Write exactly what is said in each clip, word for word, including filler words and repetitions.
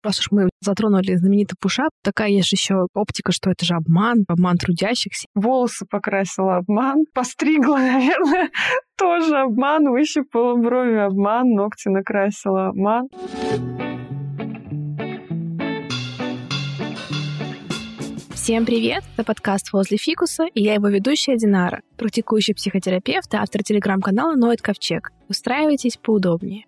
Раз уж мы затронули знаменитый пушап, такая есть же еще оптика, что это же обман, обман трудящихся. Волосы покрасила — обман. Постригла, наверное, тоже обман. Выщипала брови — обман. Ногти накрасила — обман. Всем привет! Это подкаст «Возле фикуса», и я его ведущая Динара, практикующий психотерапевт и автор телеграм-канала «Ноет Ковчег». Устраивайтесь поудобнее.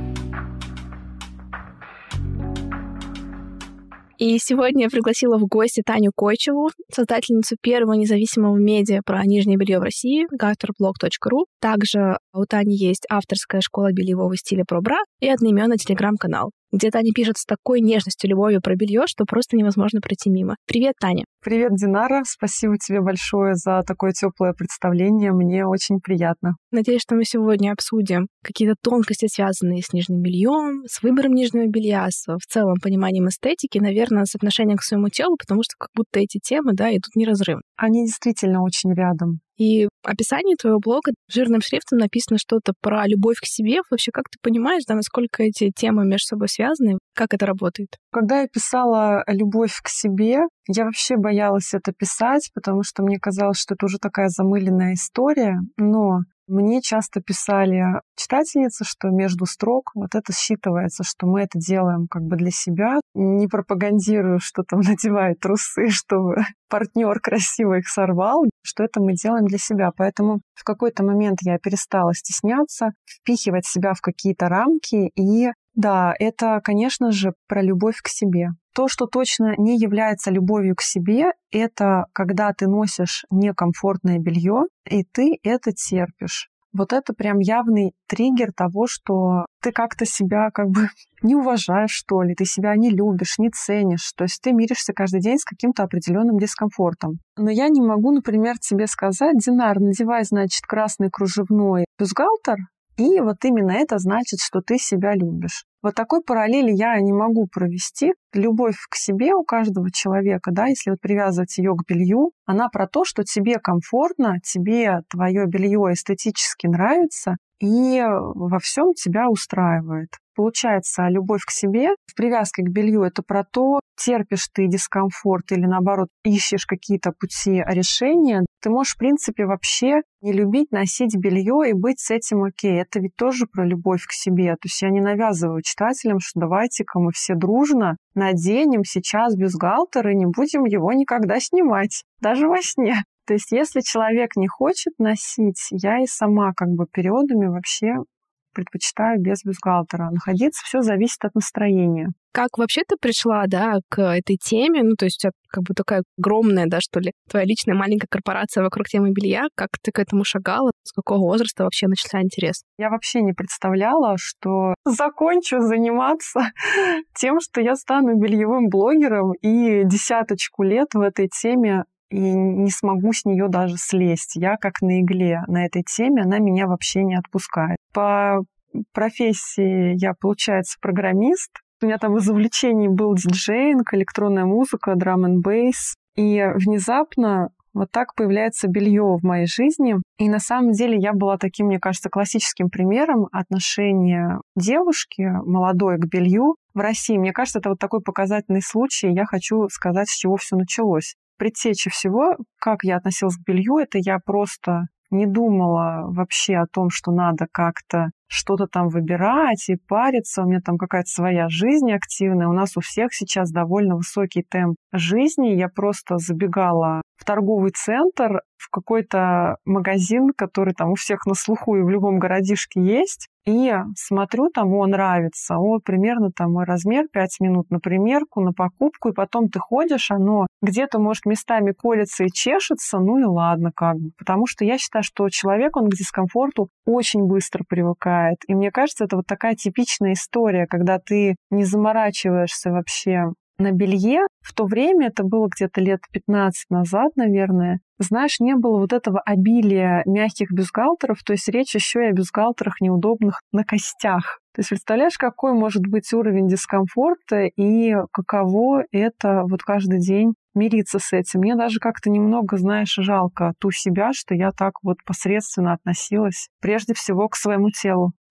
И сегодня я пригласила в гости Таню Койчеву, создательницу первого независимого медиа про нижнее белье в России gatorblog точка ру. Также у Тани есть авторская школа бельевого стиля про бра и одноименный телеграм-канал, где Таня пишет с такой нежностью, любовью про белье, что просто невозможно пройти мимо. Привет, Таня! Привет, Динара! Спасибо тебе большое за такое теплое представление. Мне очень приятно. Надеюсь, что мы сегодня обсудим какие-то тонкости, связанные с нижним бельем, с выбором нижнего белья, с в целом пониманием эстетики, наверное, с отношением к своему телу, потому что как будто эти темы, да, идут неразрывно. Они действительно очень рядом. И в описании твоего блога жирным шрифтом написано что-то про любовь к себе. Вообще, как ты понимаешь, да, насколько эти темы между собой связаны? Как это работает? Когда я писала «Любовь к себе», я вообще боялась это писать, потому что мне казалось, что это уже такая замыленная история. Но мне часто писали читательницы, что между строк вот это считывается, что мы это делаем как бы для себя. Не пропагандирую, что там надевают трусы, чтобы партнер красиво их сорвал, что это мы делаем для себя. Поэтому в какой-то момент я перестала стесняться, впихивать себя в какие-то рамки. И да, это, конечно же, про любовь к себе. То, что точно не является любовью к себе, это когда ты носишь некомфортное белье, и ты это терпишь. Вот это прям явный триггер того, что ты как-то себя как бы не уважаешь, что ли, ты себя не любишь, не ценишь. То есть ты миришься каждый день с каким-то определенным дискомфортом. Но я не могу, например, тебе сказать: Динар, надевай, значит, красный кружевной бюстгальтер, и вот именно это значит, что ты себя любишь. Вот такой параллели я не могу провести. Любовь к себе у каждого человека, да, если вот привязывать ее к белью, она про то, что тебе комфортно, тебе твое белье эстетически нравится и во всем тебя устраивает. Получается, любовь к себе в привязке к белью — это про то, терпишь ты дискомфорт или, наоборот, ищешь какие-то пути решения. Ты можешь, в принципе, вообще не любить носить белье и быть с этим окей. Это ведь тоже про любовь к себе. То есть я не навязываю читателям, что давайте-ка мы все дружно наденем сейчас бюстгальтер и не будем его никогда снимать, даже во сне. То есть если человек не хочет носить, я и сама как бы периодами вообще предпочитаю без бюстгальтера находиться. Все зависит от настроения. Как вообще ты пришла, да, к этой теме? Ну, то есть у тебя как бы такая огромная, да, что ли, твоя личная маленькая корпорация вокруг темы белья. Как ты к этому шагала? С какого возраста вообще начался интерес? Я вообще не представляла, что закончу заниматься тем, что я стану бельевым блогером и десяточку лет в этой теме и не смогу с нее даже слезть. Я как на игле на этой теме, она меня вообще не отпускает. По профессии я, получается, программист. У меня там из увлечений был диджеинг, электронная музыка, драм энд бейс. И внезапно вот так появляется белье в моей жизни. И на самом деле я была таким, мне кажется, классическим примером отношения девушки молодой к белью в России. Мне кажется, это вот такой показательный случай. Я хочу сказать, с чего все началось. Предтеча всего, как я относилась к белью, это я просто не думала вообще о том, что надо как-то что-то там выбирать и париться. У меня там какая-то своя жизнь активная. У нас у всех сейчас довольно высокий темп жизни. Я просто забегала в торговый центр, в какой-то магазин, который там у всех на слуху и в любом городишке есть. И смотрю, там, о, нравится, о, примерно там мой размер, пять минут на примерку, на покупку, и потом ты ходишь, оно где-то, может, местами колется и чешется, ну и ладно как бы. Потому что я считаю, что человек, он к дискомфорту очень быстро привыкает. И мне кажется, это вот такая типичная история, когда ты не заморачиваешься вообще на белье. В то время, это было где-то лет пятнадцать назад, наверное, знаешь, не было вот этого обилия мягких бюстгальтеров, то есть речь еще и о бюстгальтерах неудобных на костях. То есть представляешь, какой может быть уровень дискомфорта и каково это вот каждый день мириться с этим. Мне даже как-то немного, знаешь, жалко ту себя, что я так вот посредственно относилась прежде всего к своему телу.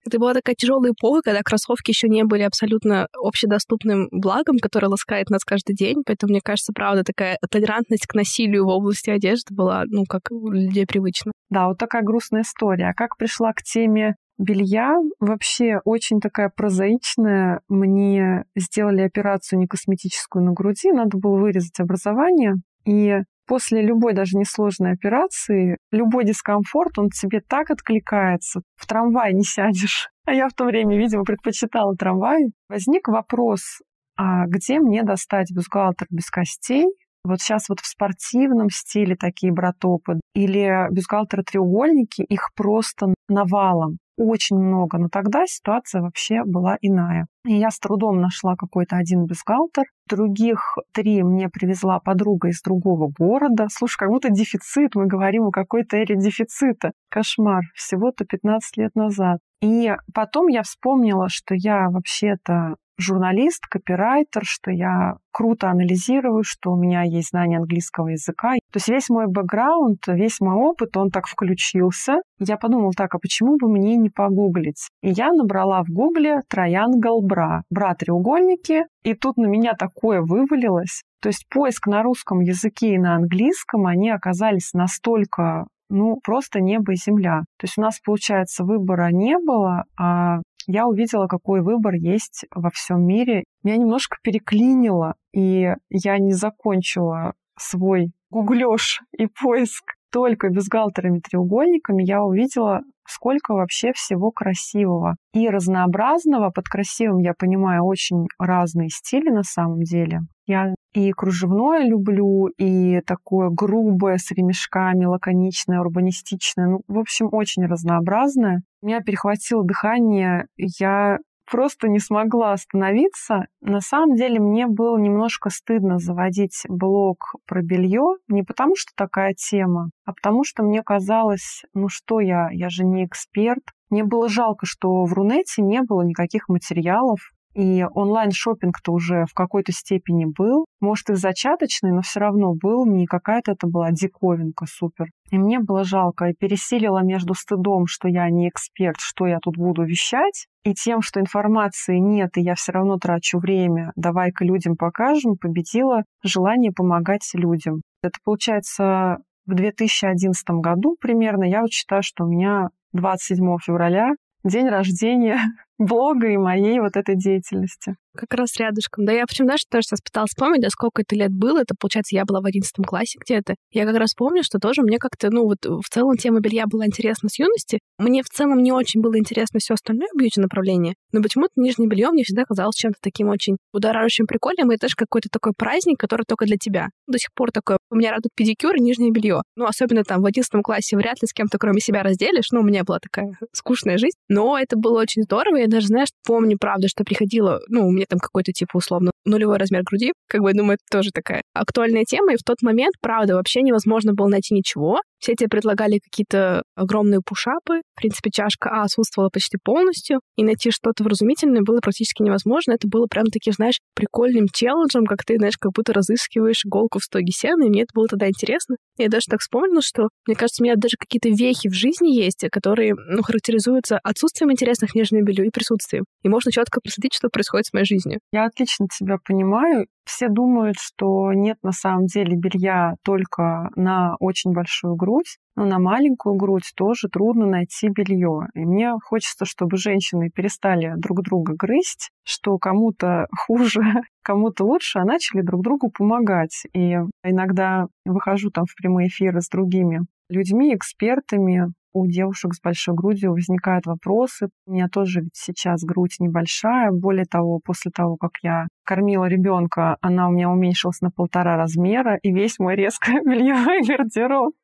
Это была такая тяжелая эпоха, когда кроссовки еще не были абсолютно общедоступным благом, которое ласкает нас каждый день. Поэтому, мне кажется, правда, такая толерантность к насилию в области одежды была, ну, как у людей привычна. Да, вот такая грустная история. А как пришла к теме белья? Вообще очень такая прозаичная. Мне сделали операцию некосметическую на груди, надо было вырезать образование. И после любой даже несложной операции любой дискомфорт, он тебе так откликается. В трамвай не сядешь. А я в то время, видимо, предпочитала трамвай. Возник вопрос, а где мне достать бюстгальтер без костей? Вот сейчас вот в спортивном стиле такие братопы или бюстгальтеры-треугольники, их просто навалом. Очень много. Но тогда ситуация вообще была иная. И я с трудом нашла какой-то один бюстгальтер. Других три мне привезла подруга из другого города. Слушай, как будто дефицит. Мы говорим о какой-то эре дефицита. Кошмар. Всего-то пятнадцать лет назад. И потом я вспомнила, что я вообще-то журналист, копирайтер, что я круто анализирую, что у меня есть знание английского языка. То есть весь мой бэкграунд, весь мой опыт, он так включился. Я подумала так, а почему бы мне не погуглить? И я набрала в гугле triangle bra, бра-треугольники, и тут на меня такое вывалилось. То есть поиск на русском языке и на английском, они оказались настолько, ну, просто небо и земля. То есть у нас, получается, выбора не было, а я увидела, какой выбор есть во всем мире. Меня немножко переклинило, и я не закончила свой гуглёж и поиск только бюстгальтерами-треугольниками. Я увидела, сколько вообще всего красивого и разнообразного. Под красивым я понимаю очень разные стили на самом деле. Я и кружевное люблю, и такое грубое с ремешками, лаконичное, урбанистичное. Ну, в общем, очень разнообразное. Меня перехватило дыхание, я просто не смогла остановиться. На самом деле мне было немножко стыдно заводить блог про белье, не потому что такая тема, а потому что мне казалось, ну что я, я же не эксперт. Мне было жалко, что в Рунете не было никаких материалов, и онлайн-шоппинг-то уже в какой-то степени был. Может, и зачаточный, но все равно был. Не какая-то это была диковинка супер. И мне было жалко. И пересилила между стыдом, что я не эксперт, что я тут буду вещать, и тем, что информации нет, и я все равно трачу время. Давай-ка людям покажем. Победило желание помогать людям. Это получается в две тысячи одиннадцатом году примерно. Я вот считаю, что у меня двадцать седьмого февраля день рождения блога и моей вот этой деятельности. Как раз рядышком. Да я почему даже тоже сейчас пыталась вспомнить, да сколько это лет было. Это, получается, я была в одиннадцатом классе где-то. Я как раз помню, что тоже мне как-то, ну вот в целом тема белья была интересна с юности. Мне в целом не очень было интересно все остальное бьюти-направление, но почему-то нижнее белье мне всегда казалось чем-то таким очень будоражащим, прикольным, и это тоже какой-то такой праздник, который только для тебя. До сих пор такое, у меня радует педикюр и нижнее белье. Ну, особенно там в одиннадцатом классе вряд ли с кем-то кроме себя разделишь. Ну, у меня была такая скучная жизнь. Но это было очень здорово. Я даже, знаешь, помню, правда, что приходила, ну, у меня там какой-то типа условно нулевой размер груди. Как бы, думаю, это тоже такая актуальная тема. И в тот момент, правда, вообще невозможно было найти ничего. Все тебе предлагали какие-то огромные пушапы. В принципе, чашка А отсутствовала почти полностью. И найти что-то вразумительное было практически невозможно. Это было прям таким, знаешь, прикольным челленджем, как ты, знаешь, как будто разыскиваешь иголку в стоге сена. И мне это было тогда интересно. Я даже так вспомнила, что, мне кажется, у меня даже какие-то вехи в жизни есть, которые, ну, характеризуются отсутствием интересных нижнего белья и присутствием. И можно четко проследить, что происходит с моей жизнью. Я отлично тебя понимаю. Все думают, что нет на самом деле белья только на очень большую грудь, но на маленькую грудь тоже трудно найти белье. И мне хочется, чтобы женщины перестали друг друга грызть, что кому-то хуже, кому-то лучше, а начали друг другу помогать. И иногда выхожу там в прямые эфиры с другими людьми, экспертами. У девушек с большой грудью возникают вопросы. У меня тоже ведь сейчас грудь небольшая. Более того, после того, как я кормила ребенка, она у меня уменьшилась на полтора размера, и весь мой резко бельевой гардероб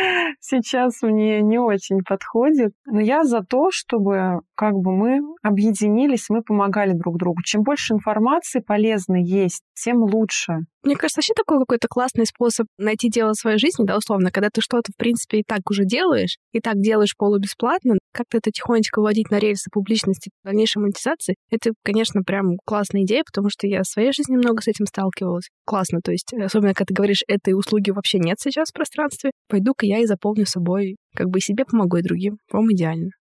сейчас мне не очень подходит. Но я за то, чтобы как бы мы объединились, мы помогали друг другу. Чем больше информации полезной есть, тем лучше. Мне кажется, вообще такой какой-то классный способ найти дело в своей жизни, да, условно, когда ты что-то, в принципе, и так уже делаешь, и так делаешь полубесплатно, как-то это тихонечко вводить на рельсы публичности, дальнейшей монетизации, это, конечно, прям классная идея, потому что я в своей жизни много с этим сталкивалась. Классно, то есть, особенно, когда ты говоришь, этой услуги вообще нет сейчас в пространстве, пойду-ка я и заполню собой, как бы и себе помогу, и другим. По-моему, идеально. Ну и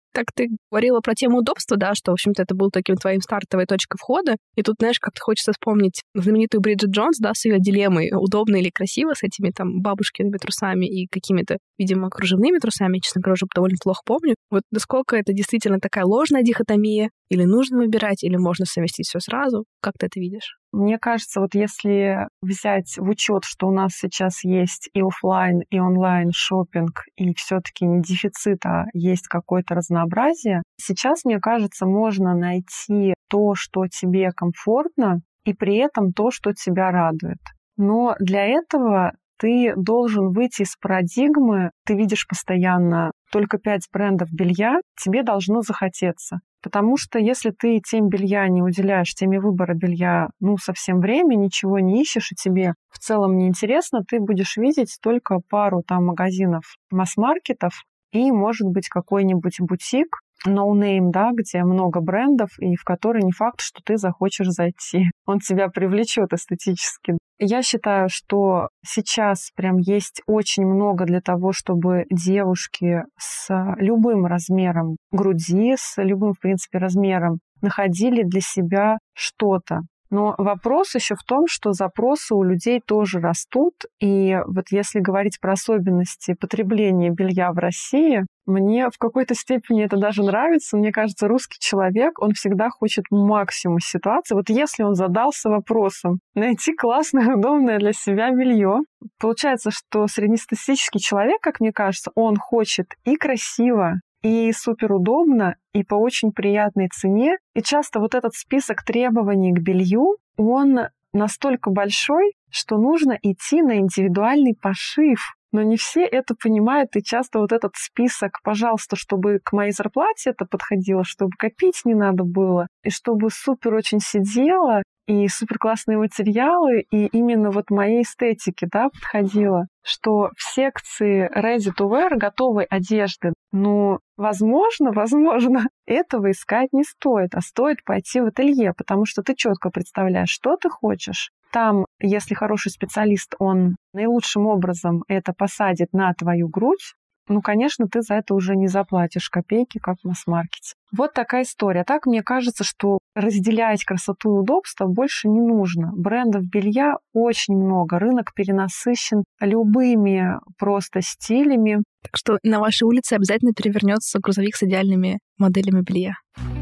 Так ты говорила про тему удобства, да, что, в общем-то, это был таким твоим стартовой точкой входа. И тут, знаешь, как-то хочется вспомнить знаменитую Бриджит Джонс, да, с ее дилеммой, удобно или красиво, с этими там бабушкиными трусами и какими-то, видимо, кружевными трусами. Я, честно говоря, уже довольно плохо помню. Вот насколько это действительно такая ложная дихотомия, или нужно выбирать, или можно совместить все сразу? Как ты это видишь? Мне кажется, вот если взять в учет, что у нас сейчас есть и офлайн, и онлайн шопинг, и все-таки не дефицит, а есть какое-то разнообразие, сейчас, мне кажется, можно найти то, что тебе комфортно, и при этом то, что тебя радует. Но для этого ты должен выйти из парадигмы, ты видишь постоянно только пять брендов белья, тебе должно захотеться. Потому что если ты теме белья не уделяешь, теме выбора белья, ну, совсем время, ничего не ищешь, и тебе в целом не интересно, ты будешь видеть только пару там магазинов, масс-маркетов и, может быть, какой-нибудь бутик, no-name, да, где много брендов, и в который не факт, что ты захочешь зайти. Он тебя привлечет эстетически. Я считаю, что сейчас прям есть очень много для того, чтобы девушки с любым размером груди, с любым, в принципе, размером находили для себя что-то. Но вопрос еще в том, что запросы у людей тоже растут. И вот если говорить про особенности потребления белья в России, мне в какой-то степени это даже нравится. Мне кажется, русский человек, он всегда хочет максимум ситуации. Вот если он задался вопросом найти классное, удобное для себя белье, получается, что среднестатистический человек, как мне кажется, он хочет и красиво, и суперудобно, и по очень приятной цене. И часто вот этот список требований к белью, он настолько большой, что нужно идти на индивидуальный пошив. Но не все это понимают, и часто вот этот список, пожалуйста, чтобы к моей зарплате это подходило, чтобы копить не надо было, и чтобы супер очень сидело, и супер классные материалы, и именно вот моей эстетике, да, подходило, что в секции ready to wear, готовой одежды, ну, возможно, возможно, этого искать не стоит, а стоит пойти в ателье, потому что ты четко представляешь, что ты хочешь. Там, если хороший специалист, он наилучшим образом это посадит на твою грудь, ну, конечно, ты за это уже не заплатишь копейки, как в масс-маркете. Вот такая история. Так, мне кажется, что разделять красоту и удобство больше не нужно. Брендов белья очень много. Рынок перенасыщен любыми просто стилями. Так что на вашей улице обязательно перевернется грузовик с идеальными моделями белья.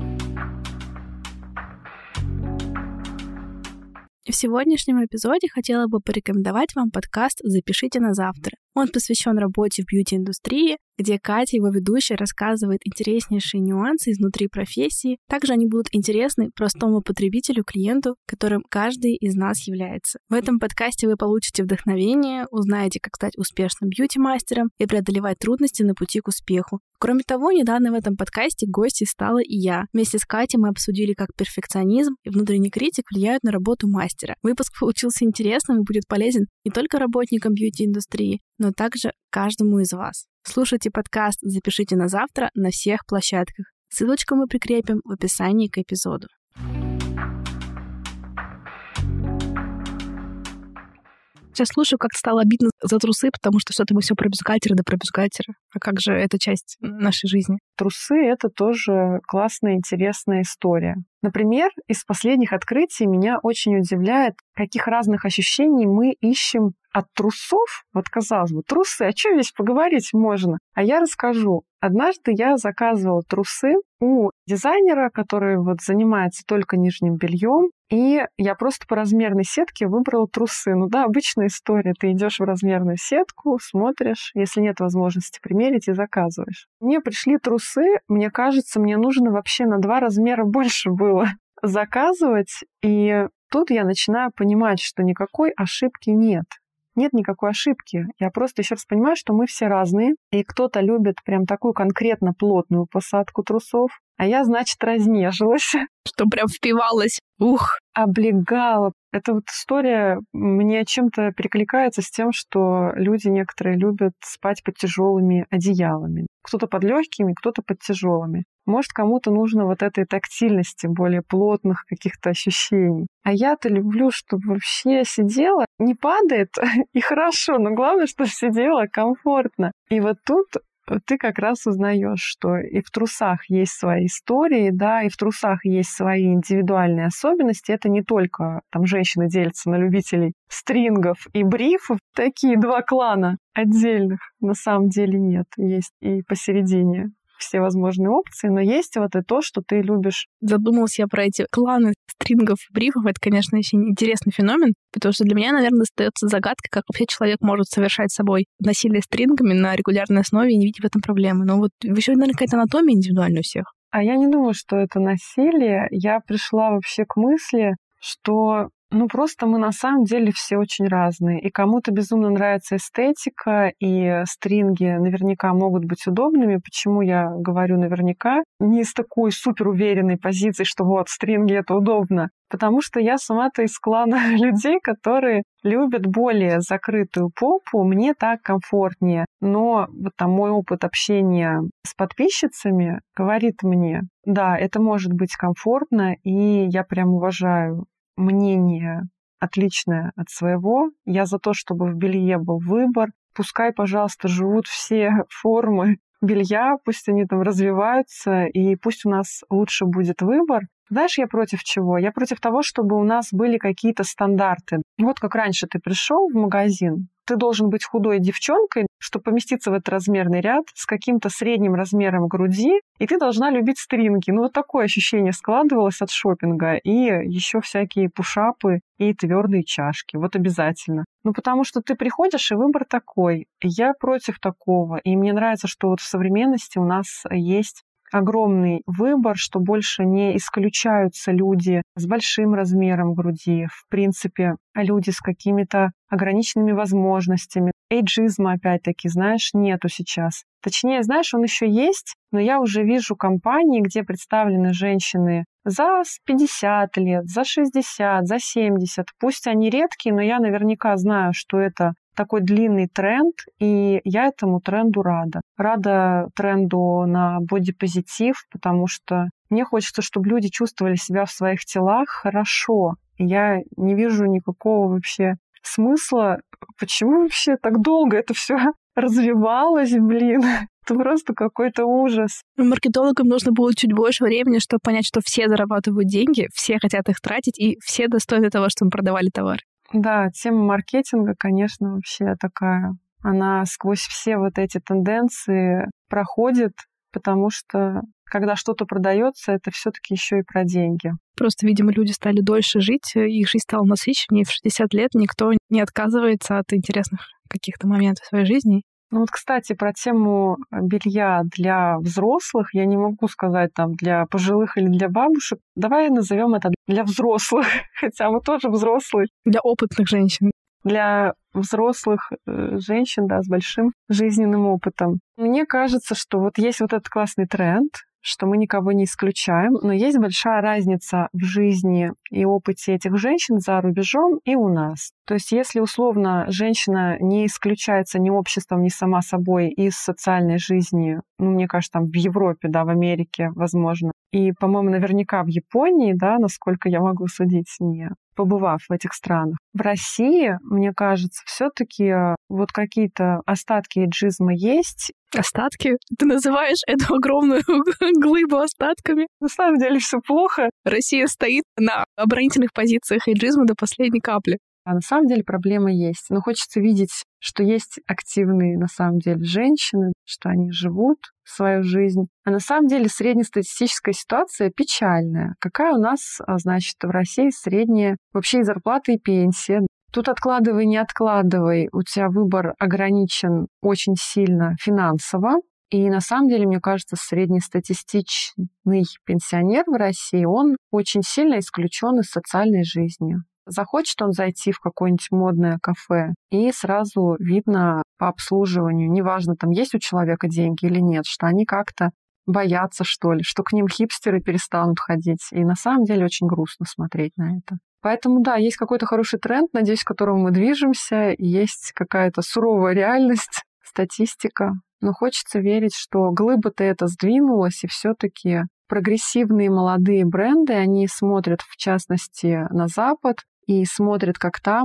В сегодняшнем эпизоде хотела бы порекомендовать вам подкаст «Запишите на завтра». Он посвящен работе в бьюти-индустрии, где Катя, его ведущая, рассказывает интереснейшие нюансы изнутри профессии. Также они будут интересны простому потребителю, клиенту, которым каждый из нас является. В этом подкасте вы получите вдохновение, узнаете, как стать успешным бьюти-мастером и преодолевать трудности на пути к успеху. Кроме того, недавно в этом подкасте гостьей стала и я. Вместе с Катей мы обсудили, как перфекционизм и внутренний критик влияют на работу мастера. Выпуск получился интересным и будет полезен не только работникам бьюти-индустрии, но также каждому из вас. Слушайте подкаст «Запишите на завтра» на всех площадках. Ссылочку мы прикрепим в описании к эпизоду. Сейчас слушаю, как стало обидно за трусы, потому что что-то мы все про бюстгальтера да про бюстгальтера. А как же эта часть нашей жизни? Трусы — это тоже классная, интересная история. Например, из последних открытий меня очень удивляет, каких разных ощущений мы ищем от трусов. Вот, казалось бы, трусы, о чем здесь поговорить можно? А я расскажу. Однажды я заказывала трусы у дизайнера, который вот занимается только нижним бельем, и я просто по размерной сетке выбрала трусы. Ну да, обычная история. Ты идешь в размерную сетку, смотришь, если нет возможности примерить, и заказываешь. Мне пришли трусы, мне кажется, мне нужно вообще на два размера больше было заказывать, и тут я начинаю понимать, что никакой ошибки нет. Нет никакой ошибки. Я просто еще раз понимаю, что мы все разные, и кто-то любит прям такую конкретно плотную посадку трусов, а я, значит, разнежилась. Что прям впивалась. Ух! Облегала. Эта вот история мне чем-то перекликается с тем, что люди некоторые любят спать под тяжелыми одеялами. Кто-то под легкими, кто-то под тяжелыми. Может, кому-то нужно вот этой тактильности, более плотных каких-то ощущений. А я-то люблю, чтобы вообще сидела, не падает, и хорошо, но главное, чтобы сидела комфортно. И вот тут ты как раз узнаешь, что и в трусах есть свои истории, да, и в трусах есть свои индивидуальные особенности. Это не только там женщины делятся на любителей стрингов и брифов. Такие два клана отдельных на самом деле нет. Есть и посередине все возможные опции, но есть вот и то, что ты любишь. Задумалась я про эти кланы стрингов, брифов. Это, конечно, очень интересный феномен, потому что для меня, наверное, остается загадкой, как вообще человек может совершать с собой насилие стрингами на регулярной основе и не видеть в этом проблемы. Но вот еще, наверное, какая-то анатомия индивидуальная у всех. А я не думаю, что это насилие. Я пришла вообще к мысли, что ну, просто мы на самом деле все очень разные. И кому-то безумно нравится эстетика, и стринги наверняка могут быть удобными. Почему я говорю наверняка? Не с такой суперуверенной позиции, что вот, стринги — это удобно. Потому что я сама-то из клана людей, которые любят более закрытую попу. Мне так комфортнее. Но вот там мой опыт общения с подписчицами говорит мне, да, это может быть комфортно, и я прям уважаю мнение отличное от своего. Я за то, чтобы в белье был выбор. Пускай, пожалуйста, живут все формы белья, пусть они там развиваются, и пусть у нас лучше будет выбор. Знаешь, я против чего? Я против того, чтобы у нас были какие-то стандарты. Вот как раньше ты пришел в магазин, ты должен быть худой девчонкой, чтобы поместиться в этот размерный ряд с каким-то средним размером груди, и ты должна любить стринги. Ну, вот такое ощущение складывалось от шопинга. И еще всякие пушапы и твердые чашки. Вот обязательно. Ну, потому что ты приходишь, и выбор такой. Я против такого. И мне нравится, что вот в современности у нас есть огромный выбор, что больше не исключаются люди с большим размером груди. В принципе, люди с какими-то ограниченными возможностями. Эйджизма, опять-таки, знаешь, нету сейчас. Точнее, знаешь, он еще есть, но я уже вижу компании, где представлены женщины за пятьдесят лет, за шестьдесят, за семьдесят. Пусть они редкие, но я наверняка знаю, что это такой длинный тренд, и я этому тренду рада. Рада тренду на бодипозитив, потому что мне хочется, чтобы люди чувствовали себя в своих телах хорошо. И я не вижу никакого вообще смысла, почему вообще так долго это все развивалось, блин. Это просто какой-то ужас. Маркетологам нужно было чуть больше времени, чтобы понять, что все зарабатывают деньги, все хотят их тратить, и все достойны того, чтобы продавали товар. Да, тема маркетинга, конечно, вообще такая. Она сквозь все вот эти тенденции проходит, потому что когда что-то продается, это все-таки еще и про деньги. Просто, видимо, люди стали дольше жить, их жизнь стала насыщеннее. В шестьдесят лет никто не отказывается от интересных каких-то моментов в своей жизни. Ну вот, кстати, про тему белья для взрослых, я не могу сказать там для пожилых или для бабушек. Давай назовем это для взрослых, хотя мы тоже взрослые. Для опытных женщин. Для взрослых э, женщин, да, с большим жизненным опытом. Мне кажется, что вот есть вот этот классный тренд, что мы никого не исключаем, но есть большая разница в жизни и опыте этих женщин за рубежом и у нас. То есть если условно женщина не исключается ни обществом, ни сама собой из социальной жизни, ну, мне кажется, там в Европе, да, в Америке, возможно, и, по-моему, наверняка в Японии, да, насколько я могу судить, не побывав в этих странах. В России, мне кажется, все-таки вот какие-то остатки эйджизма есть. Остатки? Ты называешь эту огромную глыбу остатками? На самом деле все плохо. Россия стоит на оборонительных позициях эйджизма до последней капли. А на самом деле проблема есть. Но хочется видеть, что есть активные на самом деле женщины, что они живут свою жизнь. А на самом деле среднестатистическая ситуация печальная. Какая у нас, значит, в России средняя вообще и зарплата, и пенсия. Тут откладывай, не откладывай. У тебя выбор ограничен очень сильно финансово. И на самом деле, мне кажется, среднестатистичный пенсионер в России, он очень сильно исключен из социальной жизни. Захочет он зайти в какое-нибудь модное кафе, и сразу видно по обслуживанию, неважно, там есть у человека деньги или нет, что они как-то боятся, что ли, что к ним хипстеры перестанут ходить. И на самом деле очень грустно смотреть на это. Поэтому, да, есть какой-то хороший тренд, надеюсь, к которому мы движемся, и есть какая-то суровая реальность, статистика. Но хочется верить, что глыба-то это сдвинулась, и все-таки прогрессивные молодые бренды, они смотрят, в частности, на Запад, и смотрят, как там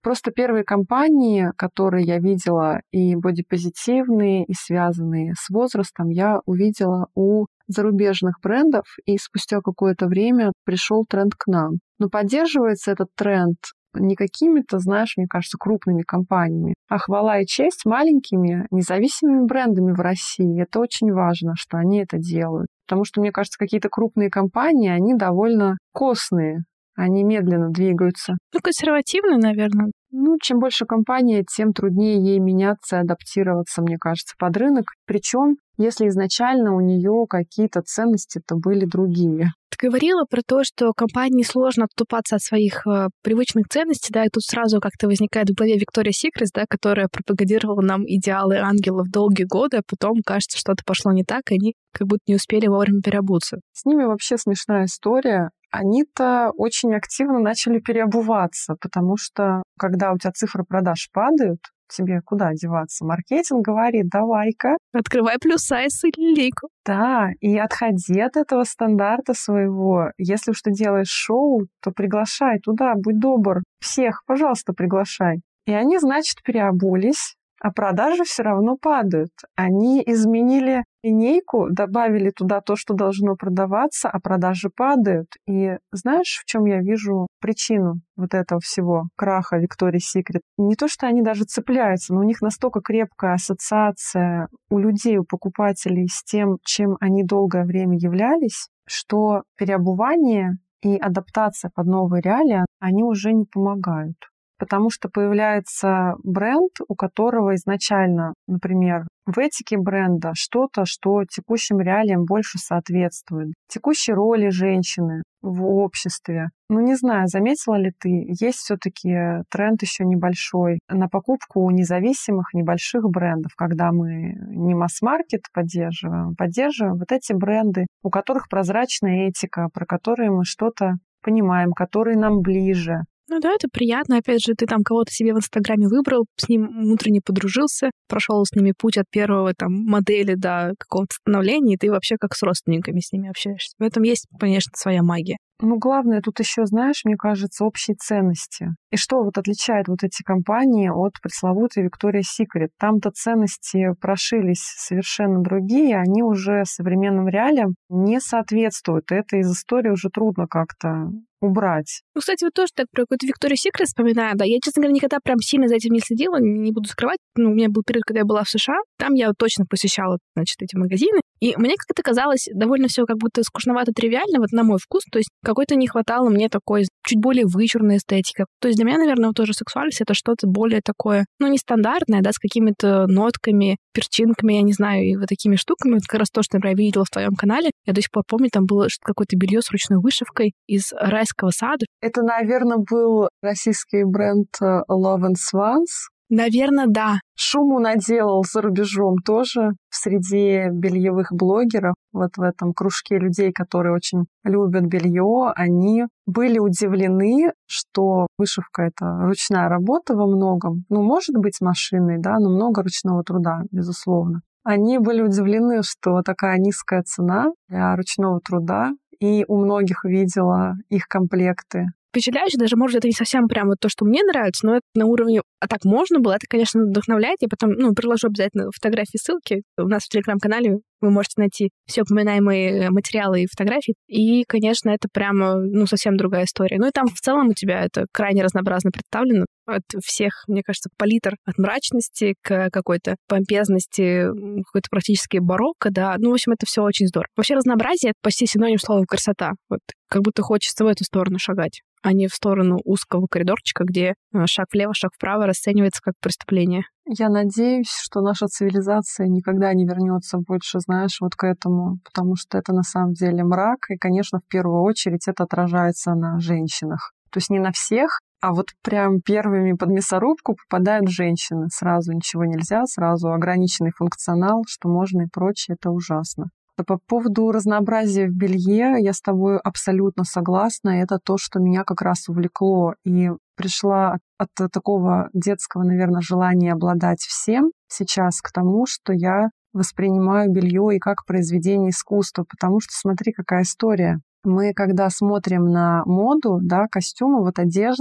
Просто первые компании, которые я видела, и бодипозитивные, и связанные с возрастом, я увидела у зарубежных брендов, и спустя какое-то время пришел тренд к нам. Но поддерживается этот тренд не какими-то, знаешь, мне кажется, крупными компаниями, а хвала и честь маленькими независимыми брендами в России. Это очень важно, что они это делают. Потому что, мне кажется, какие-то крупные компании, они довольно костные, они медленно двигаются. Ну, консервативные, наверное. Ну, чем больше компания, тем труднее ей меняться, адаптироваться, мне кажется, под рынок. Причем, если изначально у нее какие-то ценности-то были другие. Ты говорила про то, что компании сложно отступаться от своих э, привычных ценностей, да, и тут сразу как-то возникает в голове Виктория Секретс, да, которая пропагандировала нам идеалы ангелов долгие годы, а потом, кажется, что-то пошло не так, и они как будто не успели вовремя переобуться. С ними вообще смешная история. Они-то очень активно начали переобуваться, потому что, когда у тебя цифры продаж падают, тебе куда деваться? Маркетинг говорит, давай-ка. Открывай плюс-сайз и линейку. Да, и отходи от этого стандарта своего. Если уж ты делаешь шоу, то приглашай туда, будь добр. Всех, пожалуйста, приглашай. И они, значит, переобулись, а продажи все равно падают. Они изменили линейку, добавили туда то, что должно продаваться, а продажи падают. И знаешь, в чем я вижу причину вот этого всего краха Victoria's Secret? Не то, что они даже цепляются, но у них настолько крепкая ассоциация у людей, у покупателей с тем, чем они долгое время являлись, что переобувание и адаптация под новые реалии, они уже не помогают. Потому что появляется бренд, у которого изначально, например, в этике бренда что-то, что текущим реалиям больше соответствует. Текущей роли женщины в обществе. Ну, не знаю, заметила ли ты, есть все-таки тренд еще небольшой на покупку независимых небольших брендов, когда мы не масс-маркет поддерживаем, поддерживаем вот эти бренды, у которых прозрачная этика, про которые мы что-то понимаем, которые нам ближе. Ну да, это приятно. Опять же, ты там кого-то себе в Инстаграме выбрал, с ним внутренне подружился, прошел с ними путь от первого там модели до какого-то становления, и ты вообще как с родственниками с ними общаешься. В этом есть, конечно, своя магия. Ну, главное тут еще, знаешь, мне кажется, общие ценности. И что вот отличает вот эти компании от пресловутой Victoria's Secret? Там-то ценности прошились совершенно другие, они уже современным реалиям не соответствуют. Это из истории уже трудно как-то убрать. Ну, кстати, вот тоже так про какую-то Victoria's Secret вспоминаю, да. Я, честно говоря, никогда прям сильно за этим не следила, не буду скрывать. Ну, у меня был период, когда я была в США, там я точно посещала, значит, эти магазины, и мне как-то казалось довольно все как будто скучновато, тривиально, вот на мой вкус, то есть какой-то не хватало мне такой чуть более вычурной эстетики. То есть для меня, наверное, вот тоже сексуальность — это что-то более такое, ну, нестандартное, да, с какими-то нотками, перчинками, я не знаю, и вот такими штуками. Вот как раз то, что, например, я видела в твоем канале, я до сих пор помню, там было какое-то белье с ручной вышивкой из райского сада. Это, наверное, был российский бренд Love and Swans. Наверное, да. Шуму наделал за рубежом тоже среди бельевых блогеров. Вот в этом кружке людей, которые очень любят белье, они были удивлены, что вышивка — это ручная работа во многом. Ну, может быть, машинной, да, но много ручного труда, безусловно. Они были удивлены, что такая низкая цена для ручного труда, и у многих видела их комплекты. Впечатляюще, даже, может, это не совсем прям вот то, что мне нравится, но это на уровне «а так можно было», это, конечно, вдохновляет. Я потом, ну, приложу обязательно фотографии, ссылки. У нас в Телеграм-канале вы можете найти все упоминаемые материалы и фотографии. И, конечно, это прямо, ну, совсем другая история. Ну и там в целом у тебя это крайне разнообразно представлено. От всех, мне кажется, палитр от мрачности к какой-то помпезности, какой-то практически барокко, да. Ну, в общем, это все очень здорово. Вообще разнообразие — это почти синоним слова «красота». Вот как будто хочется в эту сторону шагать, а не в сторону узкого коридорчика, где шаг влево, шаг вправо расценивается как преступление. Я надеюсь, что наша цивилизация никогда не вернется больше, знаешь, вот к этому, потому что это на самом деле мрак, и, конечно, в первую очередь это отражается на женщинах. То есть не на всех, а вот прям первыми под мясорубку попадают женщины. Сразу ничего нельзя, сразу ограниченный функционал, что можно и прочее, это ужасно. По поводу разнообразия в белье я с тобой абсолютно согласна. Это то, что меня как раз увлекло. И пришла от, от такого детского, наверное, желания обладать всем сейчас к тому, что я воспринимаю белье и как произведение искусства. Потому что смотри, какая история. Мы, когда смотрим на моду, да, костюмы, вот одежды,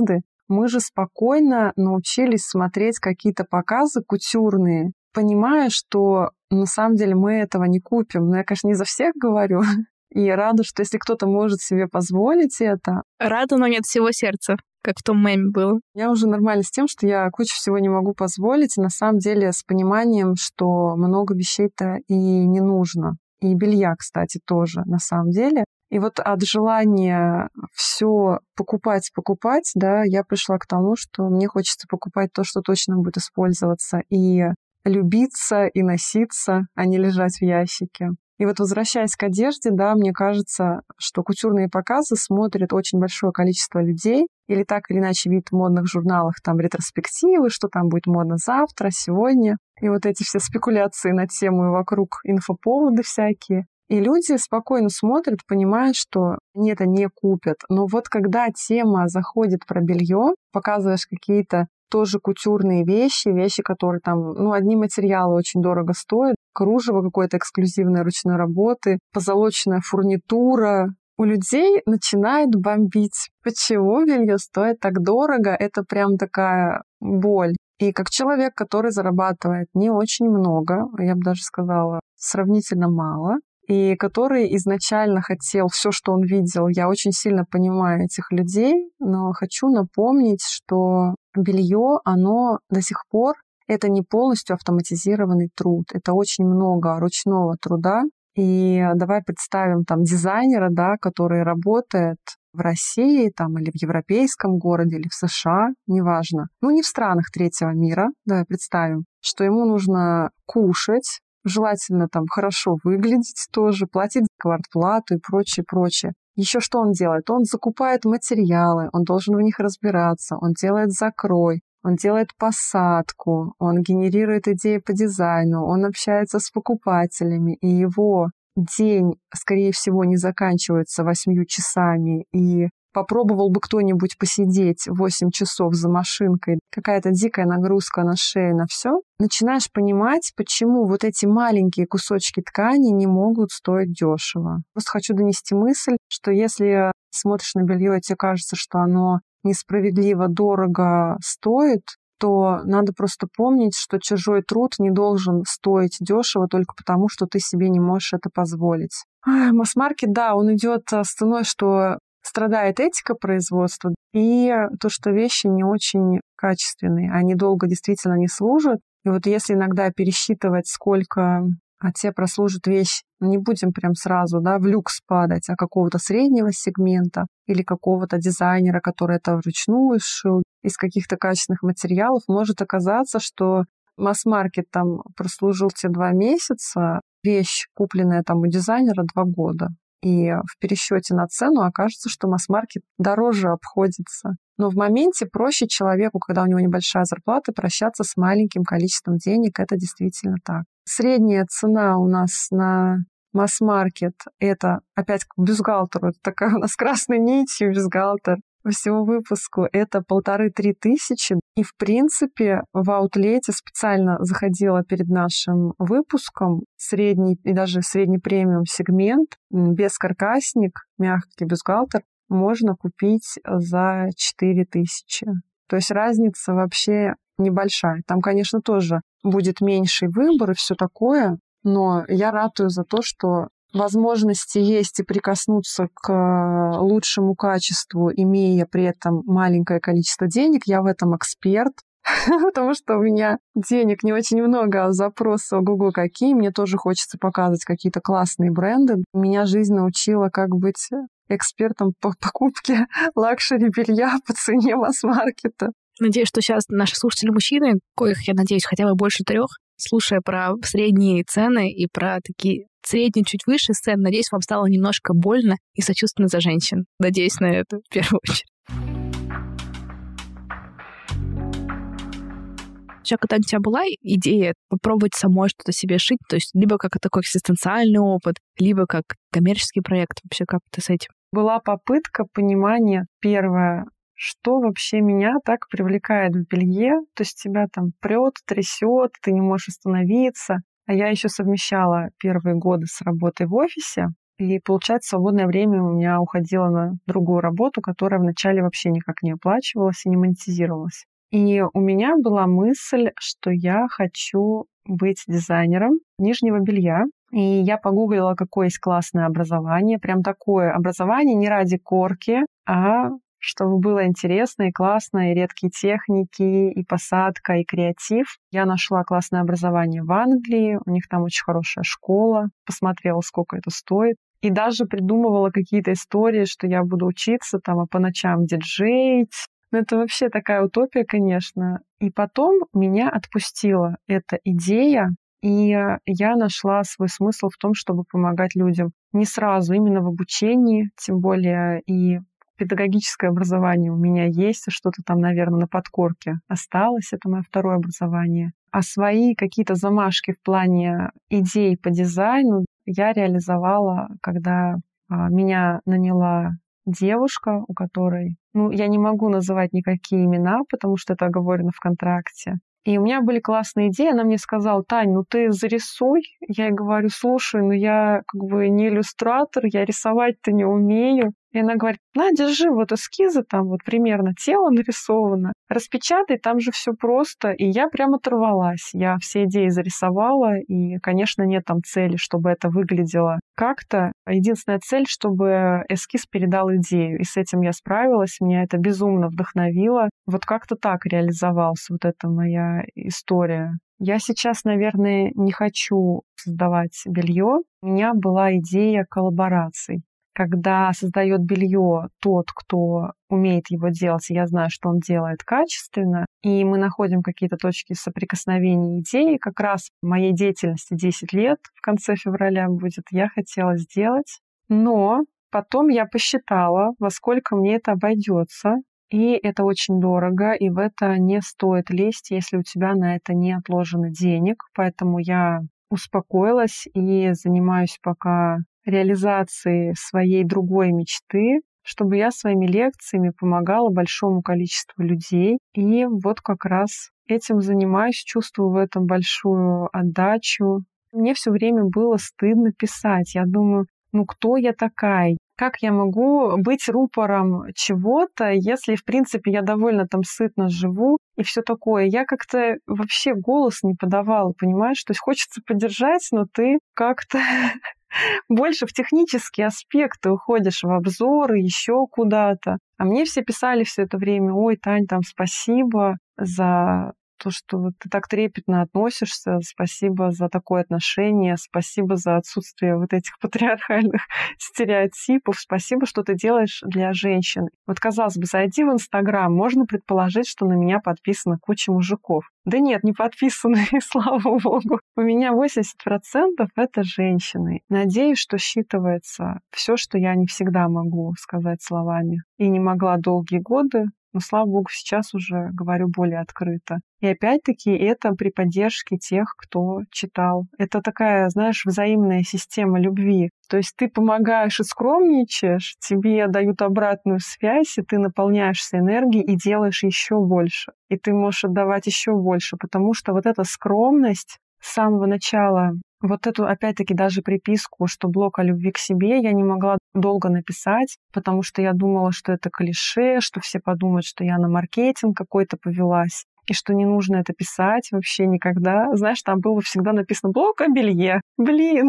мы же спокойно научились смотреть какие-то показы кутюрные, понимая, что на самом деле мы этого не купим. Но я, конечно, не за всех говорю. И рада, что если кто-то может себе позволить это... Рада, но нет всего сердца, как в том меме было. Я уже нормально с тем, что я кучу всего не могу позволить. И на самом деле с пониманием, что много вещей-то и не нужно. И белья, кстати, тоже на самом деле. И вот от желания все покупать, покупать, да, я пришла к тому, что мне хочется покупать то, что точно будет использоваться, и любиться, и носиться, а не лежать в ящике. И вот возвращаясь к одежде, да, мне кажется, что кутюрные показы смотрят очень большое количество людей, или так или иначе видят в модных журналах там ретроспективы, что там будет модно завтра, сегодня. И вот эти все спекуляции на тему и вокруг инфоповоды всякие. И люди спокойно смотрят, понимая, что они это не купят. Но вот когда тема заходит про белье, показываешь какие-то тоже кутюрные вещи, вещи, которые там, ну, одни материалы очень дорого стоят, кружево какой-то эксклюзивной ручной работы, позолоченная фурнитура, у людей начинает бомбить. Почему белье стоит так дорого? Это прям такая боль. И как человек, который зарабатывает не очень много, я бы даже сказала, сравнительно мало, и который изначально хотел все, что он видел, я очень сильно понимаю этих людей, но хочу напомнить, что белье, оно до сих пор это не полностью автоматизированный труд, это очень много ручного труда. И давай представим там дизайнера, да, который работает в России там, или в европейском городе, или в США, неважно. Ну, не в странах третьего мира, давай представим, что ему нужно кушать, желательно там хорошо выглядеть тоже, платить квартплату и прочее, прочее. Еще что он делает? Он закупает материалы, он должен в них разбираться, он делает закрой, он делает посадку, он генерирует идеи по дизайну, он общается с покупателями, и его день, скорее всего, не заканчивается восьмью часами, и попробовал бы кто-нибудь посидеть восемь часов за машинкой, какая-то дикая нагрузка на шею, на все, начинаешь понимать, почему вот эти маленькие кусочки ткани не могут стоить дешево. Просто хочу донести мысль, что если смотришь на белье, и тебе кажется, что оно несправедливо дорого стоит, то надо просто помнить, что чужой труд не должен стоить дешево только потому, что ты себе не можешь это позволить. Масс-маркет, да, он идет с ценой, что страдает этика производства, и то, что вещи не очень качественные, они долго действительно не служат. И вот если иногда пересчитывать, сколько а те прослужит вещь, не будем прям сразу, да, в люкс падать, а какого-то среднего сегмента или какого-то дизайнера, который это вручную сшил, из каких-то качественных материалов, может оказаться, что масс-маркет там прослужил тебе два месяца, вещь, купленная там у дизайнера, два года. И в пересчете на цену окажется, что масс-маркет дороже обходится. Но в моменте проще человеку, когда у него небольшая зарплата, прощаться с маленьким количеством денег. Это действительно так. Средняя цена у нас на масс-маркет — это, опять к бюстгальтеру, это такая у нас красной нитью бюстгальтер по всему выпуску, это полторы-три тысячи. И, в принципе, в аутлете специально заходила перед нашим выпуском средний и даже средний премиум сегмент, без каркасник, мягкий бюстгальтер, можно купить за четыре тысячи. То есть разница вообще небольшая. Там, конечно, тоже будет меньший выбор и все такое, но я ратую за то, что возможности есть и прикоснуться к лучшему качеству, имея при этом маленькое количество денег. Я в этом эксперт, потому что у меня денег не очень много, а запросы ого-го какие. Мне тоже хочется показывать какие-то классные бренды. Меня жизнь научила, как быть экспертом по покупке лакшери-белья по цене масс-маркета. Надеюсь, что сейчас наши слушатели-мужчины, коих, я надеюсь, хотя бы больше трех, слушая про средние цены и про такие средние чуть выше цены, надеюсь, вам стало немножко больно и сочувственно за женщин. Надеюсь на это в первую очередь. Сейчас когда-нибудь у тебя была идея попробовать самой что-то себе шить, то есть либо как такой экзистенциальный опыт, либо как коммерческий проект? Вообще как ты с этим? Была попытка понимания, первое, что вообще меня так привлекает в белье, то есть тебя там прет, трясет, ты не можешь остановиться. А я еще совмещала первые годы с работой в офисе, И, получается, свободное время у меня уходило на другую работу, которая вначале вообще никак не оплачивалась и не монетизировалась. И у меня была мысль, что я хочу быть дизайнером нижнего белья. И я погуглила, какое есть классное образование. Прям такое образование не ради корки, а чтобы было интересно и классно, и редкие техники, и посадка, и креатив. Я нашла классное образование в Англии, у них там очень хорошая школа, посмотрела, сколько это стоит. И даже придумывала какие-то истории, что я буду учиться там, а по ночам диджеить. Ну, это вообще такая утопия, конечно. И потом меня отпустила эта идея, и я нашла свой смысл в том, чтобы помогать людям не сразу, именно в обучении, тем более и педагогическое образование у меня есть, что-то там, наверное, на подкорке осталось, это мое второе образование. А свои какие-то замашки в плане идей по дизайну я реализовала, когда а, меня наняла девушка, у которой, ну, я не могу называть никакие имена, потому что это оговорено в контракте. И у меня были классные идеи, она мне сказала: Тань, ну ты зарисуй. Я ей говорю: слушай, ну я как бы не иллюстратор, я рисовать-то не умею. И она говорит: на, держи вот эскизы, там вот примерно тело нарисовано, распечатай, там же все просто. И я прям оторвалась. Я все идеи зарисовала, и, конечно, нет там цели, чтобы это выглядело как-то. Единственная цель, чтобы эскиз передал идею. И с этим я справилась, меня это безумно вдохновило. Вот как-то так реализовалась вот эта моя история. Я сейчас, наверное, не хочу создавать белье. У меня была идея коллабораций. Когда создает белье тот, кто умеет его делать, и я знаю, что он делает качественно, и мы находим какие-то точки соприкосновения идей. Как раз моей деятельности десять лет в конце февраля будет, я хотела сделать. Но потом я посчитала, во сколько мне это обойдется. И это очень дорого, и в это не стоит лезть, если у тебя на это не отложено денег. Поэтому я успокоилась и занимаюсь пока реализацией своей другой мечты, чтобы я своими лекциями помогала большому количеству людей. И вот как раз этим занимаюсь, чувствую в этом большую отдачу. Мне все время было стыдно писать. Я думаю, ну кто я такая? Как я могу быть рупором чего-то, если, в принципе, я довольно там сытно живу и все такое. Я как-то вообще голос не подавала, понимаешь? То есть хочется поддержать, но ты как-то больше в технические аспекты уходишь, в обзоры, еще куда-то. А мне все писали все это время: ой, Тань, там спасибо за то, что вот ты так трепетно относишься, спасибо за такое отношение, спасибо за отсутствие вот этих патриархальных стереотипов, спасибо, что ты делаешь для женщин. Вот, казалось бы, зайди в Инстаграм, можно предположить, что на меня подписана куча мужиков. Да нет, не подписаны, и слава богу. У меня восемьдесят процентов это женщины. Надеюсь, что считывается все, что я не всегда могу сказать словами. И не могла долгие годы, но, слава богу, сейчас уже говорю более открыто. И опять-таки это при поддержке тех, кто читал. Это такая, знаешь, взаимная система любви. То есть ты помогаешь и скромничаешь, тебе дают обратную связь, и ты наполняешься энергией и делаешь еще больше. И ты можешь отдавать еще больше, потому что вот эта скромность с самого начала, вот эту, опять-таки, даже приписку, что блог о любви к себе, я не могла долго написать, потому что я думала, что это клише, что все подумают, что я на маркетинг какой-то повелась, и что не нужно это писать вообще никогда. Знаешь, там было всегда написано «блог о белье». Блин,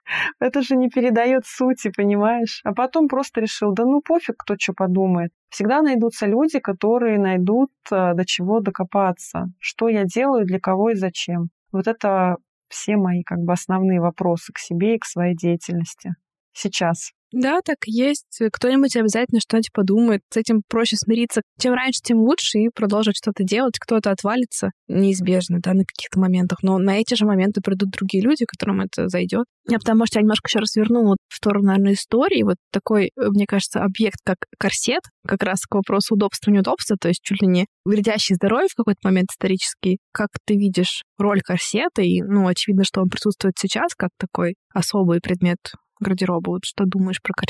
это же не передает сути, понимаешь? А потом просто решил, да ну пофиг, кто что подумает. Всегда найдутся люди, которые найдут, до чего докопаться, что я делаю, для кого и зачем. Вот это все мои как бы основные вопросы к себе и к своей деятельности сейчас. Да, так и есть. Кто-нибудь обязательно что-нибудь подумает. С этим проще смириться. Чем раньше, тем лучше, и продолжить что-то делать. Кто-то отвалится неизбежно, да, на каких-то моментах. Но на эти же моменты придут другие люди, которым это зайдет. Я потому что я немножко еще развернула в сторону, наверное, истории. Вот такой, мне кажется, объект, как корсет, как раз к вопросу удобства и неудобства, то есть чуть ли не вредящий здоровью в какой-то момент исторический. Как ты видишь роль корсета? И, ну, очевидно, что он присутствует сейчас как такой особый предмет гардероба. Вот что думаешь про корсет?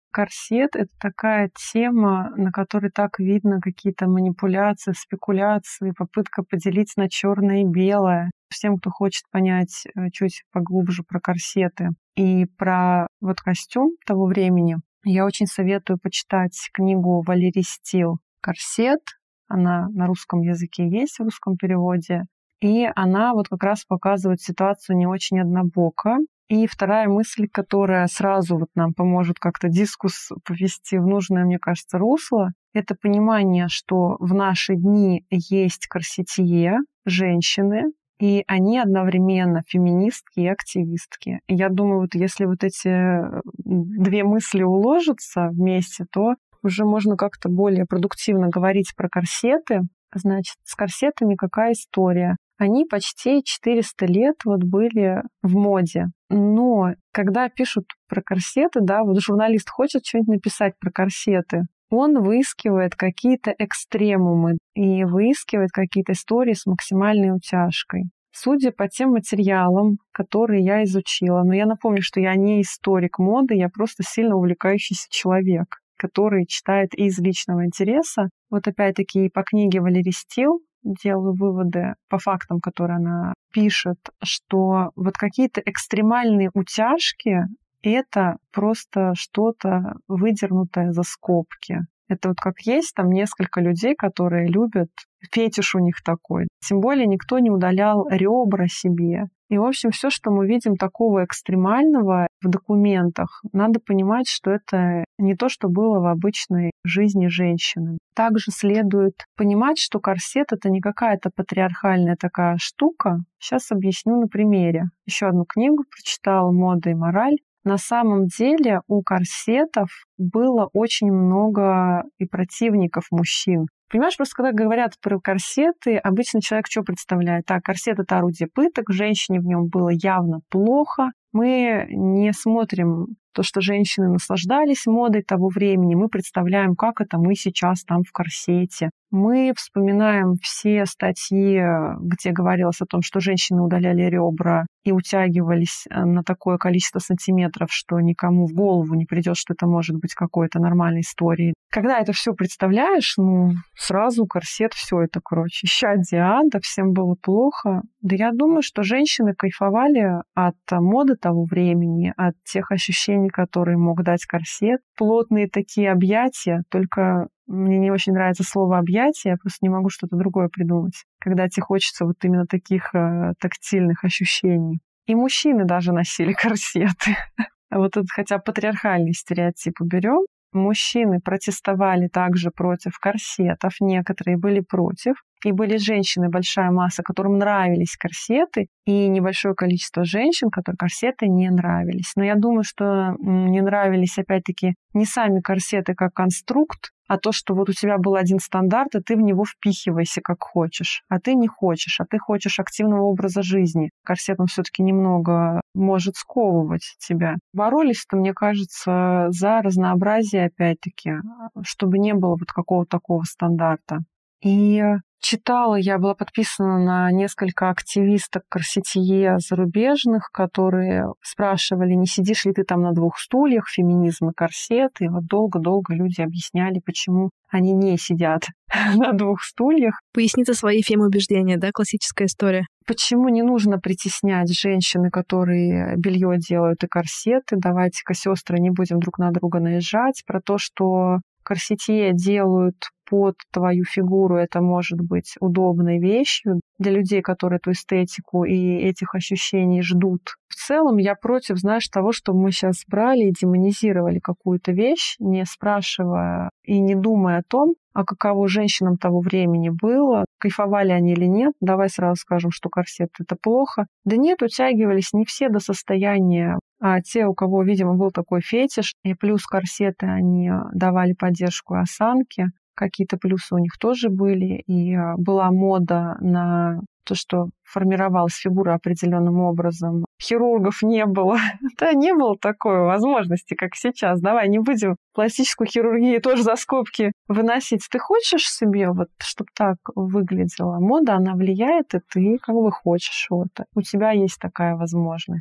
Корсет — это такая тема, на которой так видно какие-то манипуляции, спекуляции, попытка поделить на черное и белое. Всем, кто хочет понять э, чуть поглубже про корсеты и про вот костюм того времени, я очень советую почитать книгу Валерии Стил «Корсет». Она на русском языке есть, в русском переводе. И она вот как раз показывает ситуацию не очень однобоко. И вторая мысль, которая сразу вот нам поможет как-то дискус повести в нужное, мне кажется, русло, это понимание, что в наши дни есть корсетье, женщины, и они одновременно феминистки и активистки. И я думаю, вот если вот эти две мысли уложатся вместе, то уже можно как-то более продуктивно говорить про корсеты. Значит, с корсетами какая история? Они почти четыреста лет вот были в моде. Но когда пишут про корсеты, да, вот журналист хочет что-нибудь написать про корсеты, он выискивает какие-то экстремумы и выискивает какие-то истории с максимальной утяжкой. Судя по тем материалам, которые я изучила, но я напомню, что я не историк моды, я просто сильно увлекающийся человек, который читает из личного интереса. Вот опять-таки по книге Валерии Стил делаю выводы по фактам, которые она пишет, что вот какие-то экстремальные утяжки — это просто что-то выдернутое за скобки. Это вот как есть там несколько людей, которые любят, фетиш у них такой. Тем более никто не удалял ребра себе. И, в общем, все, что мы видим такого экстремального в документах, надо понимать, что это не то, что было в обычной жизни женщины. Также следует понимать, что корсет — это не какая-то патриархальная такая штука. Сейчас объясню на примере. Еще одну книгу прочитала «Мода и мораль». На самом деле у корсетов было очень много и противников мужчин. Понимаешь, просто когда говорят про корсеты, обычно человек что представляет? Так, корсет — это орудие пыток, женщине в нем было явно плохо. Мы не смотрим то, что женщины наслаждались модой того времени, мы представляем, как это мы сейчас там в корсете. Мы вспоминаем все статьи, где говорилось о том, что женщины удаляли ребра и утягивались на такое количество сантиметров, что никому в голову не придет, что это может быть какой-то нормальной историей. Когда это все представляешь, ну, сразу корсет, все это, короче, исчадие ада, всем было плохо. Да я думаю, что женщины кайфовали от моды того времени, от тех ощущений, которые мог дать корсет. Плотные такие объятия, только мне не очень нравится слово «объятие», я просто не могу что-то другое придумать, когда тебе хочется вот именно таких э, тактильных ощущений. И мужчины даже носили корсеты. Вот это хотя патриархальный стереотип уберем. Мужчины протестовали также против корсетов, некоторые были против. И были женщины, большая масса, которым нравились корсеты, и небольшое количество женщин, которым корсеты не нравились. Но я думаю, что не нравились, опять-таки, не сами корсеты как конструкт, а то, что вот у тебя был один стандарт, и ты в него впихивайся как хочешь. А ты не хочешь, а ты хочешь активного образа жизни. Корсет, он все-таки немного может сковывать тебя. Боролись-то, мне кажется, за разнообразие, опять-таки, чтобы не было вот какого-то такого стандарта. И читала, я была подписана на несколько активисток корсетье зарубежных, которые спрашивали, не сидишь ли ты там на двух стульях, феминизм и корсет. И вот долго-долго люди объясняли, почему они не сидят на двух стульях. Поясните свои фем-убеждения, да, классическая история. Почему не нужно притеснять женщины, которые белье делают и корсеты? Давайте-ка, сестры, не будем друг на друга наезжать. Про то, что корсетье делают под твою фигуру, это может быть удобной вещью для людей, которые эту эстетику и этих ощущений ждут. В целом я против, знаешь, того, что мы сейчас брали и демонизировали какую-то вещь, не спрашивая и не думая о том, а каково женщинам того времени было, кайфовали они или нет. Давай сразу скажем, что корсет — это плохо. Да нет, утягивались не все до состояния, а те, у кого, видимо, был такой фетиш, и плюс корсеты, они давали поддержку осанке. Какие-то плюсы у них тоже были, и была мода на то, что формировалась фигура определенным образом. Хирургов не было. Да, не было такой возможности, как сейчас. Давай не будем пластическую хирургию тоже за скобки выносить. Ты хочешь себе, вот, чтобы так выглядело? Мода, она влияет, и ты как бы хочешь. Вот. У тебя есть такая возможность.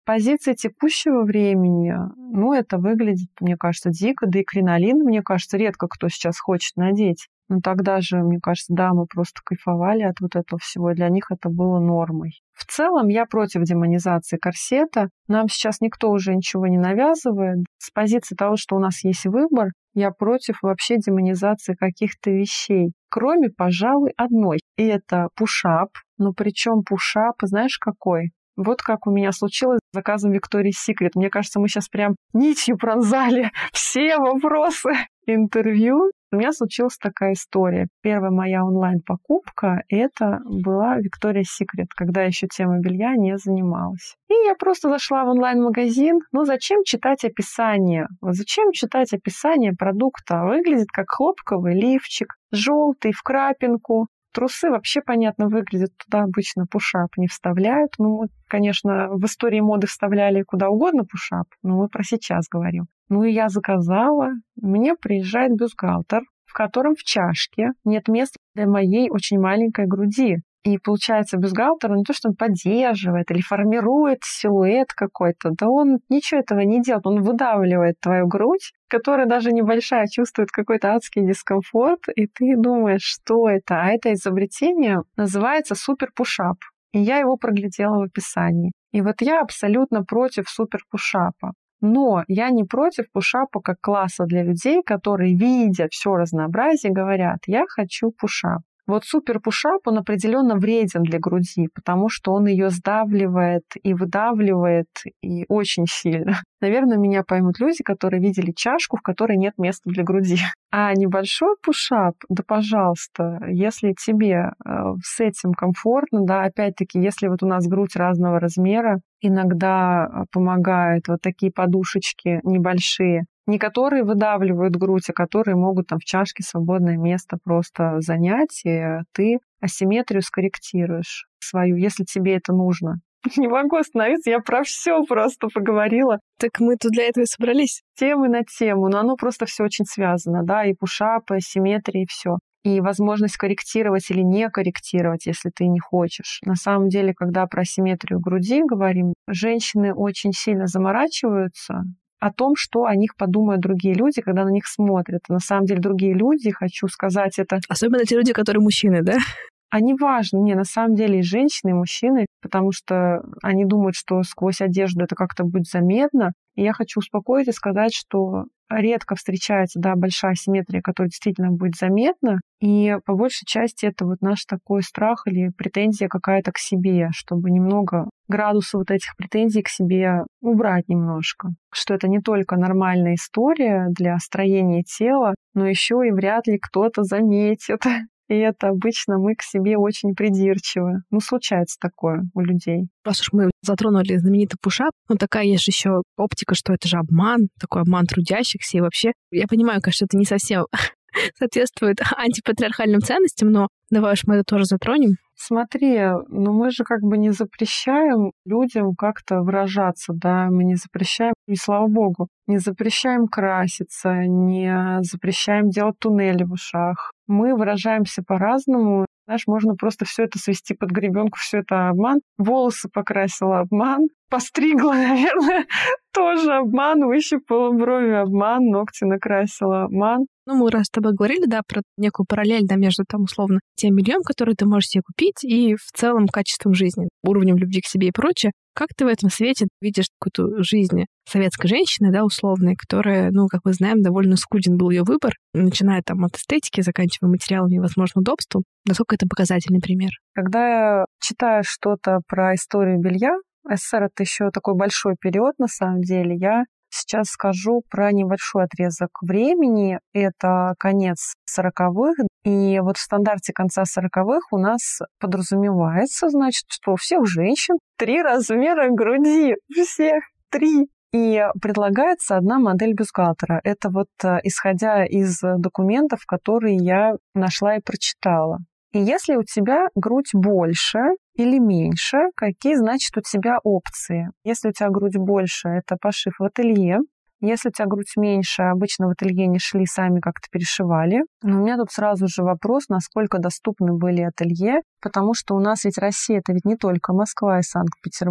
позиции текущего времени, ну, это выглядит, мне кажется, дико, да и кринолин, мне кажется, редко кто сейчас хочет надеть. Но тогда же, мне кажется, дамы просто кайфовали от вот этого всего, и для них это было нормой. В целом, я против демонизации корсета. Нам сейчас никто уже ничего не навязывает. С позиции того, что у нас есть выбор, я против вообще демонизации каких-то вещей. Кроме, пожалуй, одной. И это пушап. Но причем пушап, знаешь, какой? Вот как у меня случилось с заказом Victoria's Secret. Мне кажется, мы сейчас прям нитью пронзали все вопросы интервью. У меня случилась такая история. Первая моя онлайн-покупка — это была Victoria's Secret, когда еще темой белья не занималась. И я просто зашла в онлайн-магазин. Ну, зачем читать описание? Вот зачем читать описание продукта? Выглядит как хлопковый лифчик, желтый, в крапинку. Трусы вообще, понятно, выглядят. Туда обычно пушап не вставляют. Ну, мы, конечно, в истории моды вставляли куда угодно пушап, но мы про сейчас говорим. Ну, и я заказала. Мне приезжает бюстгальтер, в котором в чашке нет места для моей очень маленькой груди. И получается, бюстгальтер, он не то, что он поддерживает или формирует силуэт какой-то, да он ничего этого не делает, он выдавливает твою грудь, которая даже небольшая, чувствует какой-то адский дискомфорт, и ты думаешь, что это? А это изобретение называется супер-пушап. И я его проглядела в описании. И вот я абсолютно против супер-пушапа. Но я не против пушапа как класса для людей, которые, видя все разнообразие, говорят, я хочу пушап. Вот супер-пушап, он определенно вреден для груди, потому что он ее сдавливает и выдавливает, и очень сильно. Наверное, меня поймут люди, которые видели чашку, в которой нет места для груди. А небольшой пушап, да пожалуйста, если тебе э, с этим комфортно, да, опять-таки, если вот у нас грудь разного размера, иногда помогают вот такие подушечки небольшие, не которые выдавливают грудь, а которые могут там в чашке свободное место просто занять, и ты асимметрию скорректируешь свою, если тебе это нужно. Не могу остановиться, я про все просто поговорила. Так мы тут для этого и собрались. Темы на тему, но оно просто все очень связано, да, и пушап, и асимметрия, и все. И возможность корректировать или не корректировать, если ты не хочешь. На самом деле, когда про асимметрию груди говорим, женщины очень сильно заморачиваются о том, что о них подумают другие люди, когда на них смотрят. На самом деле другие люди, хочу сказать, это... Особенно те люди, которые мужчины, да? Они важны, не, на самом деле и женщины, и мужчины, потому что они думают, что сквозь одежду это как-то будет заметно. И я хочу успокоить и сказать, что редко встречается, да, большая асимметрия, которая действительно будет заметна. И по большей части это вот наш такой страх или претензия какая-то к себе, чтобы немного градуса вот этих претензий к себе убрать немножко. Что это не только нормальная история для строения тела, но еще и вряд ли кто-то заметит. И это обычно мы к себе очень придирчивы. Ну, случается такое у людей. Раз уж мы затронули знаменитый пушап, ну, такая есть же еще оптика, что это же обман, такой обман трудящихся. И вообще, я понимаю, конечно, это не совсем соответствует антипатриархальным ценностям, но давай уж мы это тоже затронем. Смотри, ну мы же как бы не запрещаем людям как-то выражаться, да, мы не запрещаем, и слава богу, не запрещаем краситься, не запрещаем делать туннели в ушах. Мы выражаемся по-разному. Знаешь, можно просто все это свести под гребенку, все это обман. Волосы покрасила — обман. Постригла, наверное, тоже обман. Выщипала брови — обман. Ногти накрасила — обман. Ну, мы раз с тобой говорили, да, про некую параллель, да, между там, условно, тем бельем, который ты можешь себе купить, и в целом качеством жизни, уровнем любви к себе и прочее. Как ты в этом свете видишь какую-то жизнь советской женщины, да, условной, которая, ну, как мы знаем, довольно скуден был ее выбор, начиная там от эстетики, заканчивая материалами и, возможно, удобством. Насколько это показательный пример? Когда я читаю что-то про историю белья, СССР — это еще такой большой период, на самом деле, я сейчас скажу про небольшой отрезок времени. Это конец сороковых. И вот в стандарте конца сороковых у нас подразумевается, значит, что у всех женщин три размера груди. Всех три. И предлагается одна модель бюстгальтера. Это вот исходя из документов, которые я нашла и прочитала. И если у тебя грудь больше или меньше, какие, значит, у тебя опции? Если у тебя грудь больше, это пошив в ателье. Если у тебя грудь меньше, обычно в ателье не шли, сами как-то перешивали. Но у меня тут сразу же вопрос, насколько доступны были ателье, потому что у нас ведь Россия — это ведь не только Москва и Санкт-Петербург.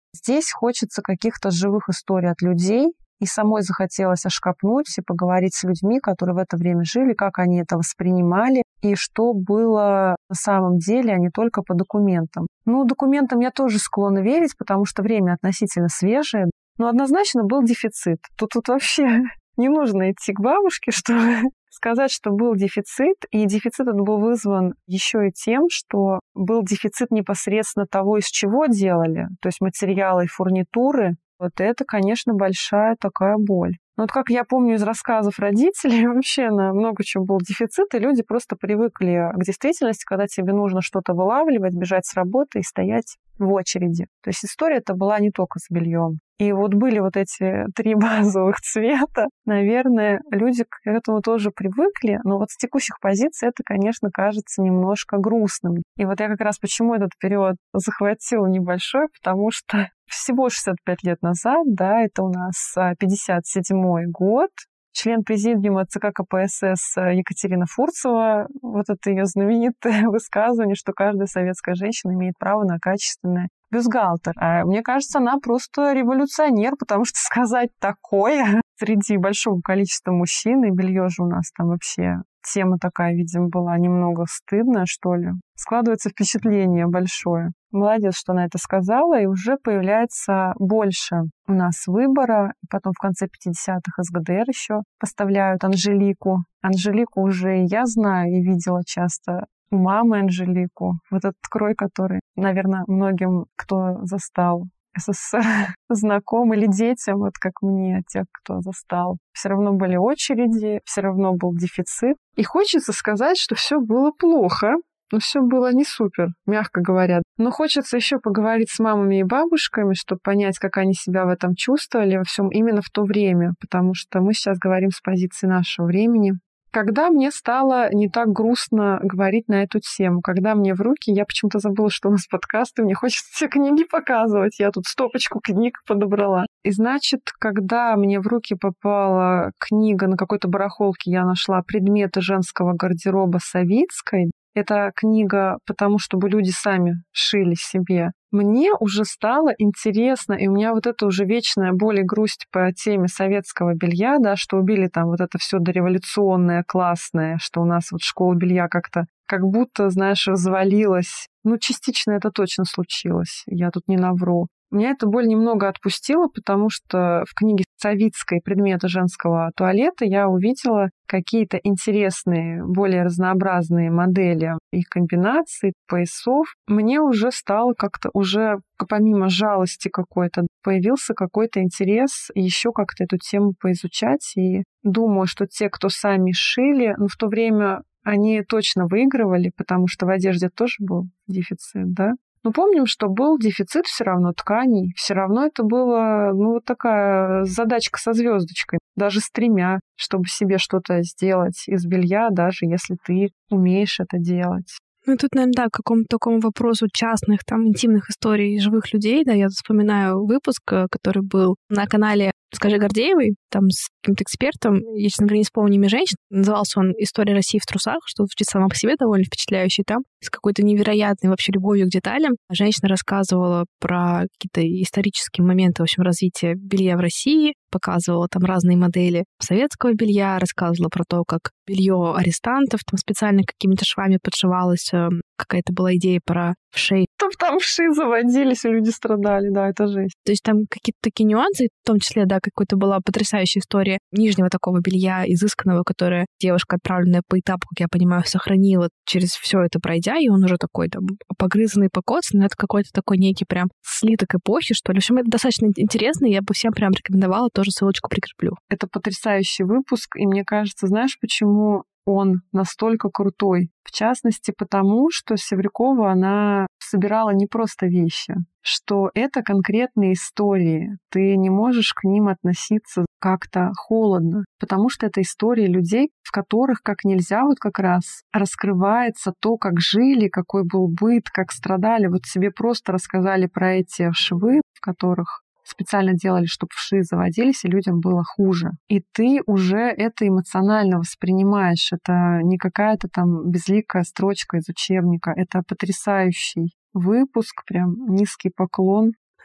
Здесь хочется каких-то живых историй от людей, и самой захотелось аж копнуть и поговорить с людьми, которые в это время жили, как они это воспринимали, и что было на самом деле, а не только по документам. Ну, документам я тоже склонна верить, потому что время относительно свежее, но однозначно был дефицит. Тут, тут вообще не нужно идти к бабушке, чтобы сказать, что был дефицит, и дефицит этот был вызван еще и тем, что был дефицит непосредственно того, из чего делали, то есть материалы и фурнитуры. Вот это, конечно, большая такая боль. Но вот как я помню из рассказов родителей, вообще на много чего был дефицит, и люди просто привыкли к действительности, когда тебе нужно что-то вылавливать, бежать с работы и стоять в очереди. То есть история это была не только с бельем. И вот были вот эти три базовых цвета. Наверное, люди к этому тоже привыкли, но вот с текущих позиций это, конечно, кажется немножко грустным. И вот я как раз почему этот период захватила небольшой, потому что всего шестьдесят пять лет назад, да, это у нас пятьдесят седьмой год, член президиума ЦК КПСС Екатерина Фурцева, вот это ее знаменитое высказывание, что каждая советская женщина имеет право на качественное бюстгальтер. А мне кажется, она просто революционер, потому что сказать такое среди большого количества мужчин, и белье же у нас там вообще тема такая, видимо, была немного стыдная, что ли. Складывается впечатление большое. Молодец, что она это сказала, и уже появляется больше у нас выбора. И потом в конце пятидесятых из ГДР еще поставляют Анжелику. Анжелику уже я знаю и видела часто у мамы Анжелику. Вот этот крой, который, наверное, многим, кто застал СССР, знаком, или детям, вот как мне, тех, кто застал. Все равно были очереди, все равно был дефицит. И хочется сказать, что все было плохо, но все было не супер, мягко говоря. Но хочется еще поговорить с мамами и бабушками, чтобы понять, как они себя в этом чувствовали, во всем именно в то время, потому что мы сейчас говорим с позиции нашего времени. Когда мне стало не так грустно говорить на эту тему, когда мне в руки, я почему-то забыла, что у нас подкасты, мне хочется все книги показывать, я тут стопочку книг подобрала. И значит, когда мне в руки попала книга, на какой-то барахолке я нашла «Предметы женского гардероба Савицкой», это книга потому, чтобы люди сами шили себе. Мне уже стало интересно, и у меня вот это уже вечная боль и грусть по теме советского белья, да, что убили там вот это все дореволюционное, классное, что у нас вот школа белья как-то как будто, знаешь, развалилась. Ну, частично это точно случилось, я тут не навру. Меня эта боль немного отпустила, потому что в книге Савицкой «Предметы женского туалета» я увидела какие-то интересные, более разнообразные модели их комбинаций, поясов. Мне уже стало как-то уже, помимо жалости какой-то, появился какой-то интерес еще как-то эту тему поизучать. И думаю, что те, кто сами шили, ну, в то время они точно выигрывали, потому что в одежде тоже был дефицит, да? Но помним, что был дефицит все равно тканей, все равно это была, ну, вот такая задачка со звездочкой, даже с тремя, чтобы себе что-то сделать из белья, даже если ты умеешь это делать. Ну, и тут, наверное, да, к какому-то такому вопросу частных, там, интимных историй живых людей, да, я вспоминаю выпуск, который был на канале «Скажи Гордеевой», там с каким-то экспертом, я, честно говоря, не вспомню имя женщин, назывался он «История России в трусах», что звучит сама по себе довольно впечатляюще. Там с какой-то невероятной вообще любовью к деталям женщина рассказывала про какие-то исторические моменты, в общем, развития белья в России, показывала там разные модели советского белья, рассказывала про то, как белье арестантов там специально какими-то швами подшивалось, какая-то была идея про вшей. Там, там вши заводились, и люди страдали, да, это жесть. То есть там какие-то такие нюансы, в том числе, да, какая-то была потрясающая история нижнего такого белья, изысканного, которое девушка, отправленная по этапу, как я понимаю, сохранила через все это пройдя, и он уже такой там погрызанный, покоцанный, это какой-то такой некий прям слиток эпохи, что ли. В общем, это достаточно интересно, и я бы всем прям рекомендовала, тоже ссылочку прикреплю. Это потрясающий выпуск, и мне кажется, знаешь, почему он настолько крутой? В частности, потому что Севрюкова, она собирала не просто вещи, что это конкретные истории. Ты не можешь к ним относиться как-то холодно, потому что это истории людей, в которых как нельзя вот как раз раскрывается то, как жили, какой был быт, как страдали. Вот себе просто рассказали про эти швы, в которых специально делали, чтобы вши заводились, и людям было хуже. И ты уже это эмоционально воспринимаешь. Это не какая-то там безликая строчка из учебника. Это потрясающий выпуск, прям низкий поклон.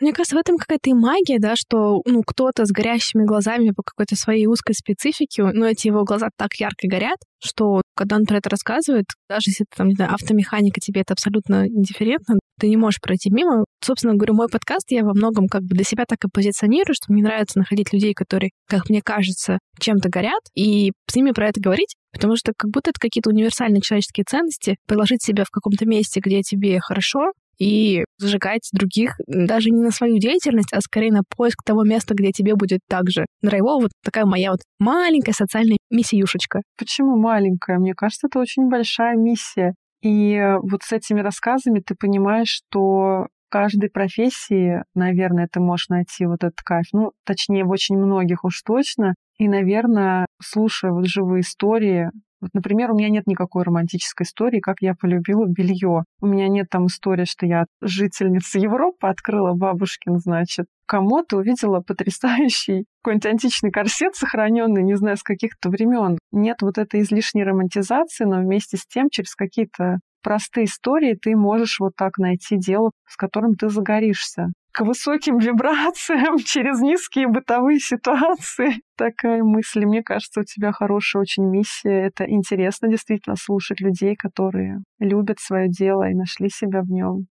Мне кажется, в этом какая-то и магия, да, что, ну, кто-то с горящими глазами по какой-то своей узкой специфике, ну, эти его глаза так ярко горят, что когда он про это рассказывает, даже если ты, там, не знаю, автомеханика, тебе это абсолютно индифферентно, ты не можешь пройти мимо. Собственно говоря, мой подкаст я во многом как бы для себя так и позиционирую, что мне нравится находить людей, которые, как мне кажется, чем-то горят, и с ними про это говорить, потому что как будто это какие-то универсальные человеческие ценности, приложить себя в каком-то месте, где тебе хорошо, и зажигать других даже не на свою деятельность, а скорее на поиск того места, где тебе будет так же драйвово. Вот такая моя вот маленькая социальная миссиюшечка. Почему маленькая? Мне кажется, это очень большая миссия. И вот с этими рассказами ты понимаешь, что в каждой профессии, наверное, ты можешь найти вот этот кайф. Ну, точнее, в очень многих уж точно. И, наверное, слушая вот живые истории, вот, например, у меня нет никакой романтической истории, как я полюбила белье. У меня нет там истории, что я жительница Европы, открыла бабушкин, значит, комод и увидела потрясающий какой-нибудь античный корсет, сохраненный, не знаю, с каких-то времен. Нет вот этой излишней романтизации, но вместе с тем через какие-то простые истории ты можешь вот так найти дело, с которым ты загоришься. К высоким вибрациям через низкие бытовые ситуации. Такая мысль. Мне кажется, у тебя хорошая очень миссия. Это интересно действительно слушать людей, которые любят свое дело и нашли себя в нем.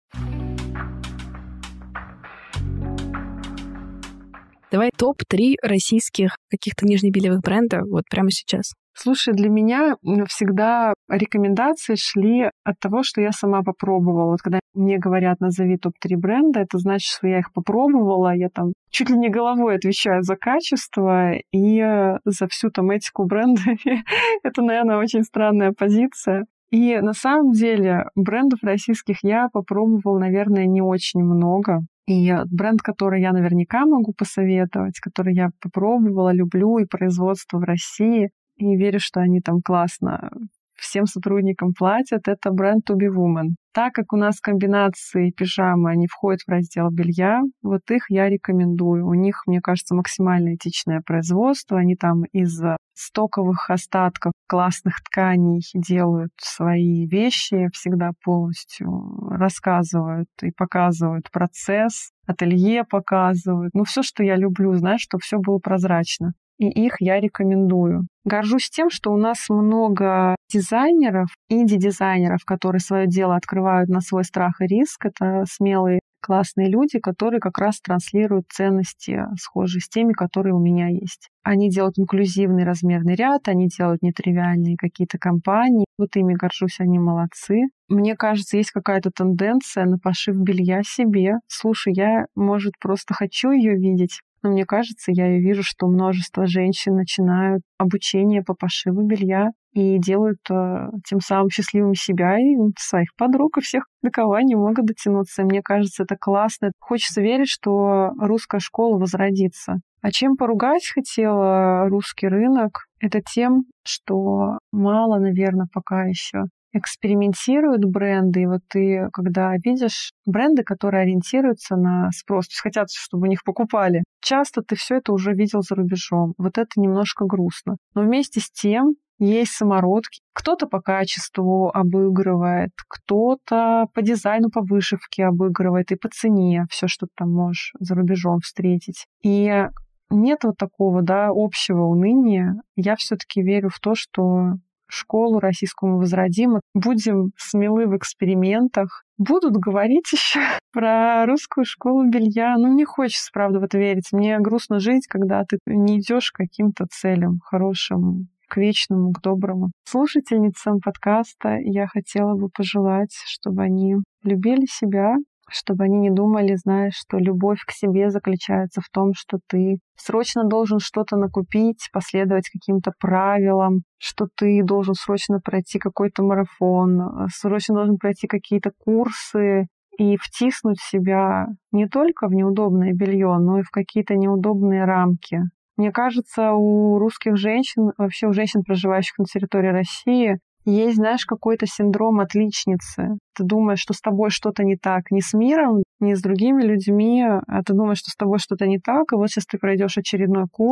Давай топ три российских каких-то нижнебельевых бренда вот прямо сейчас. Слушай, для меня всегда рекомендации шли от того, что я сама попробовала. Вот когда мне говорят, назови топ три бренда, это значит, что я их попробовала, я там чуть ли не головой отвечаю за качество и за всю там этику бренда. Это, наверное, очень странная позиция. И на самом деле брендов российских я попробовала, наверное, не очень много. И бренд, который я наверняка могу посоветовать, который я попробовала, люблю, и производство в России, и верю, что они там классно всем сотрудникам платят, это бренд To Be Woman. Так как у нас комбинации пижамы, они входят в раздел белья, вот их я рекомендую. У них, мне кажется, максимально этичное производство. Они там из стоковых остатков классных тканей делают свои вещи, всегда полностью рассказывают и показывают процесс, ателье показывают. Ну, все, что я люблю, знаешь, чтобы все было прозрачно. И их я рекомендую. Горжусь тем, что у нас много дизайнеров, инди-дизайнеров, которые свое дело открывают на свой страх и риск. Это смелые, классные люди, которые как раз транслируют ценности, схожие с теми, которые у меня есть. Они делают инклюзивный размерный ряд, они делают нетривиальные какие-то кампании. Вот ими горжусь, они молодцы. Мне кажется, есть какая-то тенденция на пошив белья себе. Слушай, я, может, просто хочу ее видеть, но мне кажется, я и вижу, что множество женщин начинают обучение по пошиву белья и делают э, тем самым счастливым себя и своих подруг, и всех, до кого они могут дотянуться. И мне кажется, это классно. Хочется верить, что русская школа возродится. А чем поругать хотела русский рынок? Это тем, что мало, наверное, пока еще экспериментируют бренды, и вот ты, когда видишь бренды, которые ориентируются на спрос, то есть хотят, чтобы у них покупали, часто ты все это уже видел за рубежом. Вот это немножко грустно. Но вместе с тем есть самородки. Кто-то по качеству обыгрывает, кто-то по дизайну, по вышивке обыгрывает и по цене все, что ты там можешь за рубежом встретить. И нет вот такого, да, общего уныния. Я все-таки верю в то, что школу российскую мы возродим. Будем смелы в экспериментах. Будут говорить еще про русскую школу белья. Ну, мне хочется, правда, в это верить. Мне грустно жить, когда ты не идешь к каким-то целям хорошим, к вечному, к доброму. Слушательницам подкаста я хотела бы пожелать, чтобы они любили себя, чтобы они не думали, знаешь, что любовь к себе заключается в том, что ты срочно должен что-то накупить, последовать каким-то правилам, что ты должен срочно пройти какой-то марафон, срочно должен пройти какие-то курсы и втиснуть себя не только в неудобное белье, но и в какие-то неудобные рамки. Мне кажется, у русских женщин, вообще у женщин, проживающих на территории России, есть, знаешь, какой-то синдром отличницы. Ты думаешь, что с тобой что-то не так, не с миром, не с другими людьми, а ты думаешь, что с тобой что-то не так, и вот сейчас ты пройдешь очередной курс,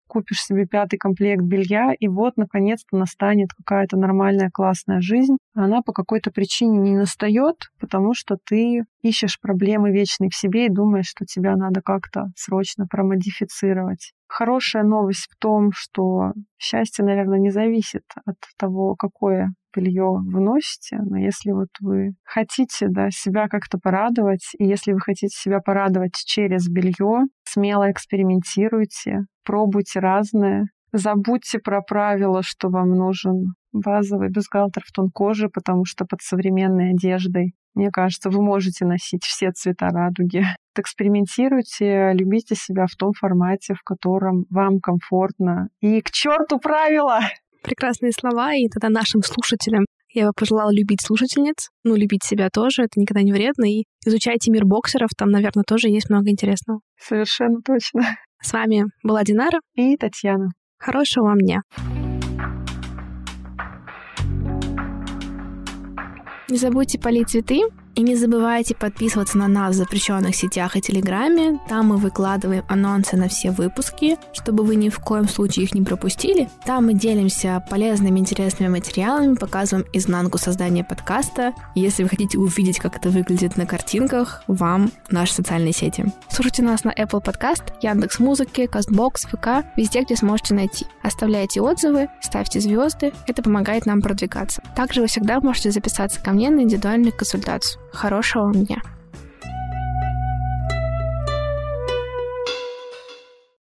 купишь себе пятый комплект белья, и вот, наконец-то, настанет какая-то нормальная, классная жизнь. А она по какой-то причине не настает, потому что ты ищешь проблемы вечные в себе и думаешь, что тебя надо как-то срочно промодифицировать. Хорошая новость в том, что счастье, наверное, не зависит от того, какое белье вы носите, но если вот вы хотите, да, себя как-то порадовать, и если вы хотите себя порадовать через белье, смело экспериментируйте, пробуйте разное, забудьте про правило, что вам нужен базовый бюстгальтер в тон кожи, потому что под современной одеждой, мне кажется, вы можете носить все цвета радуги. Экспериментируйте, любите себя в том формате, в котором вам комфортно. И к черту правила! Прекрасные слова, и тогда нашим слушателям я бы пожелала любить слушательниц, ну, любить себя тоже, это никогда не вредно, и изучайте мир боксеров, там, наверное, тоже есть много интересного. Совершенно точно. С вами была Динара и Татьяна. Хорошего вам дня. Не забудьте полить цветы. И не забывайте подписываться на нас в запрещенных сетях и Телеграме. Там мы выкладываем анонсы на все выпуски, чтобы вы ни в коем случае их не пропустили. Там мы делимся полезными, интересными материалами, показываем изнанку создания подкаста. Если вы хотите увидеть, как это выглядит на картинках, вам наши социальные сети. Слушайте нас на Apple Podcast, Яндекс.Музыке, Castbox, ВК, везде, где сможете найти. Оставляйте отзывы, ставьте звезды. Это помогает нам продвигаться. Также вы всегда можете записаться ко мне на индивидуальную консультацию. Хорошего вам дня!